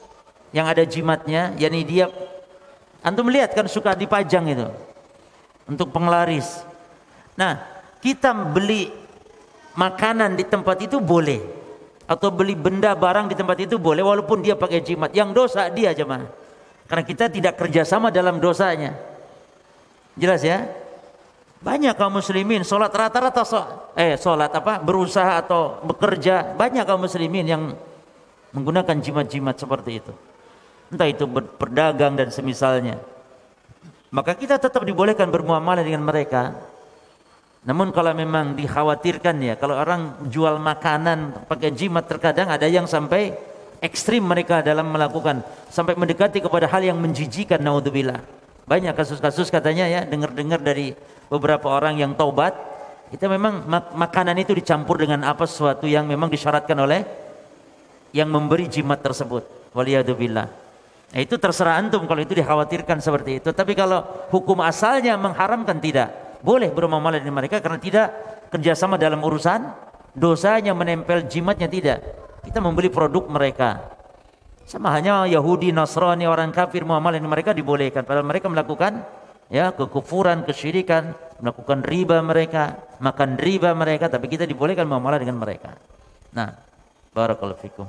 yang ada jimatnya, yakni dia, antum lihat kan suka dipajang itu untuk penglaris. Nah, kita beli makanan di tempat itu boleh, atau beli benda barang di tempat itu boleh, walaupun dia pakai jimat. Yang dosa dia jemaah, karena kita tidak kerjasama dalam dosanya. Jelas ya? Banyak kaum muslimin sholat rata-rata sholat berusaha atau bekerja, banyak kaum muslimin yang menggunakan jimat-jimat seperti itu, entah itu berdagang dan semisalnya. Maka kita tetap dibolehkan bermuamalah dengan mereka. Namun kalau memang dikhawatirkan ya, kalau orang jual makanan pakai jimat, terkadang ada yang sampai ekstrim mereka dalam melakukan, sampai mendekati kepada hal yang menjijikan, naudzubillah. Banyak kasus-kasus katanya ya, dengar-dengar dari beberapa orang yang taubat, itu memang makanan itu dicampur dengan sesuatu yang memang disyaratkan oleh yang memberi jimat tersebut. Waliyadzubillah. Nah, itu terserah antum kalau itu dikhawatirkan seperti itu. Tapi kalau hukum asalnya mengharamkan, tidak boleh bermuamalah dengan mereka karena tidak kerjasama dalam urusan dosanya menempel jimatnya, tidak. Kita membeli produk mereka. Sama halnya Yahudi, Nasrani, orang kafir, muamalah dengan mereka dibolehkan. Padahal mereka melakukan ya kekufuran, kesyirikan, melakukan riba mereka, makan riba mereka, tapi kita dibolehkan muamalah dengan mereka. Nah, barakallahu fikum.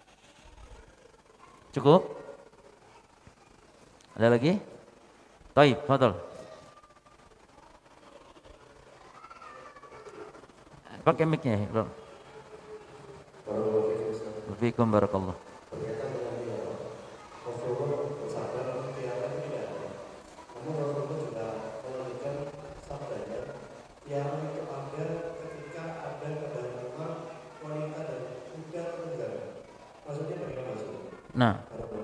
Cukup? Ada lagi? Taib, fadhal. Pakai mic-nya, Bro. Fikum barakallah. Nah,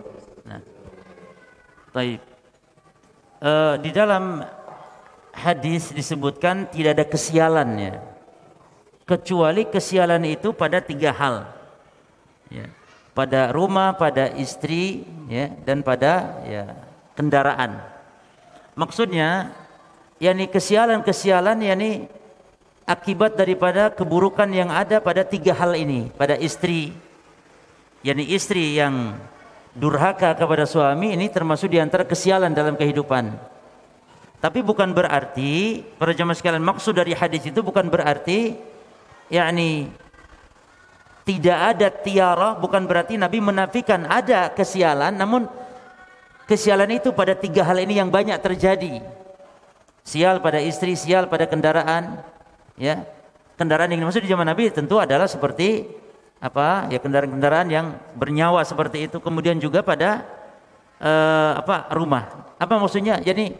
baik. Di dalam hadis disebutkan tidak ada kesialannya, kecuali kesialan itu pada 3 hal, ya. Pada rumah, pada istri, ya, dan pada kendaraan. Maksudnya, yakni kesialan-kesialan, yakni akibat daripada keburukan yang ada pada 3 hal ini, pada istri. yakni istri yang durhaka kepada suami, ini termasuk di antara kesialan dalam kehidupan. Tapi bukan berarti, para jemaah sekalian, maksud dari hadis itu bukan berarti yakni tidak ada tiarah, bukan berarti Nabi menafikan ada kesialan, namun kesialan itu pada 3 hal ini yang banyak terjadi. Sial pada istri, sial pada kendaraan, ya. Kendaraan yang dimaksud di zaman Nabi tentu adalah seperti kendaraan-kendaraan yang bernyawa seperti itu. Kemudian juga pada rumah. Apa maksudnya? Jadi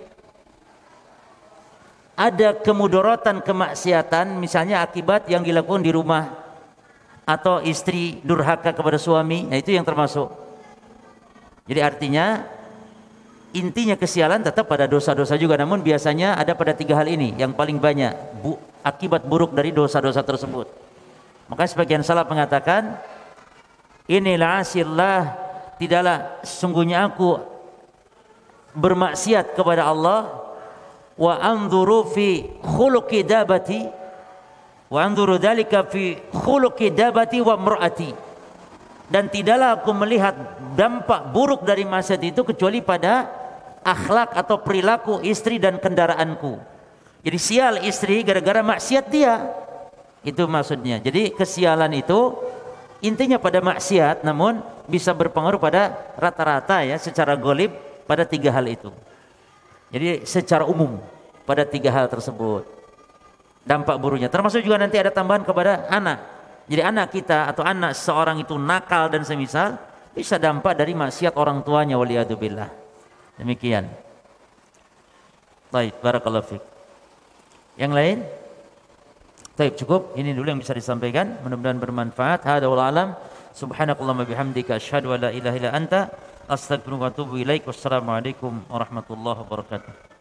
ada kemudorotan, kemaksiatan, misalnya akibat yang dilakukan di rumah, atau istri durhaka kepada suami, nah itu yang termasuk. Jadi artinya intinya kesialan tetap pada dosa-dosa juga, namun biasanya ada pada 3 hal ini yang paling banyak akibat buruk dari dosa-dosa tersebut. Maka sebagian salaf mengatakan, inilah asillah, tidaklah sesungguhnya aku bermaksiat kepada Allah, wa anzuru fi khuluqi dabati, wa anzuru dzalika fi khuluqi dabati wa mar'ati, dan tidaklah aku melihat dampak buruk dari maksiat itu kecuali pada akhlak atau perilaku istri dan kendaraanku. Jadi sial istri gara-gara maksiat dia, itu maksudnya. Jadi kesialan itu intinya pada maksiat, namun bisa berpengaruh pada rata-rata, ya, secara golib pada 3 hal itu. Jadi secara umum pada 3 hal tersebut dampak buruknya, termasuk juga nanti ada tambahan kepada anak. Jadi anak kita atau anak seorang itu nakal dan semisal, bisa dampak dari maksiat orang tuanya, waliyadzubillah. Demikian. Baik, barakallahu fiik. Yang lain? Baik, cukup. Ini dulu yang bisa disampaikan. Mudah-mudahan bermanfaat. Hada wal alam. Subhanakallahumma bihamdika asyhadu an la ilaha illa anta astaghfiruka wa atubu ilaik. Wassalamualaikum warahmatullahi wabarakatuh.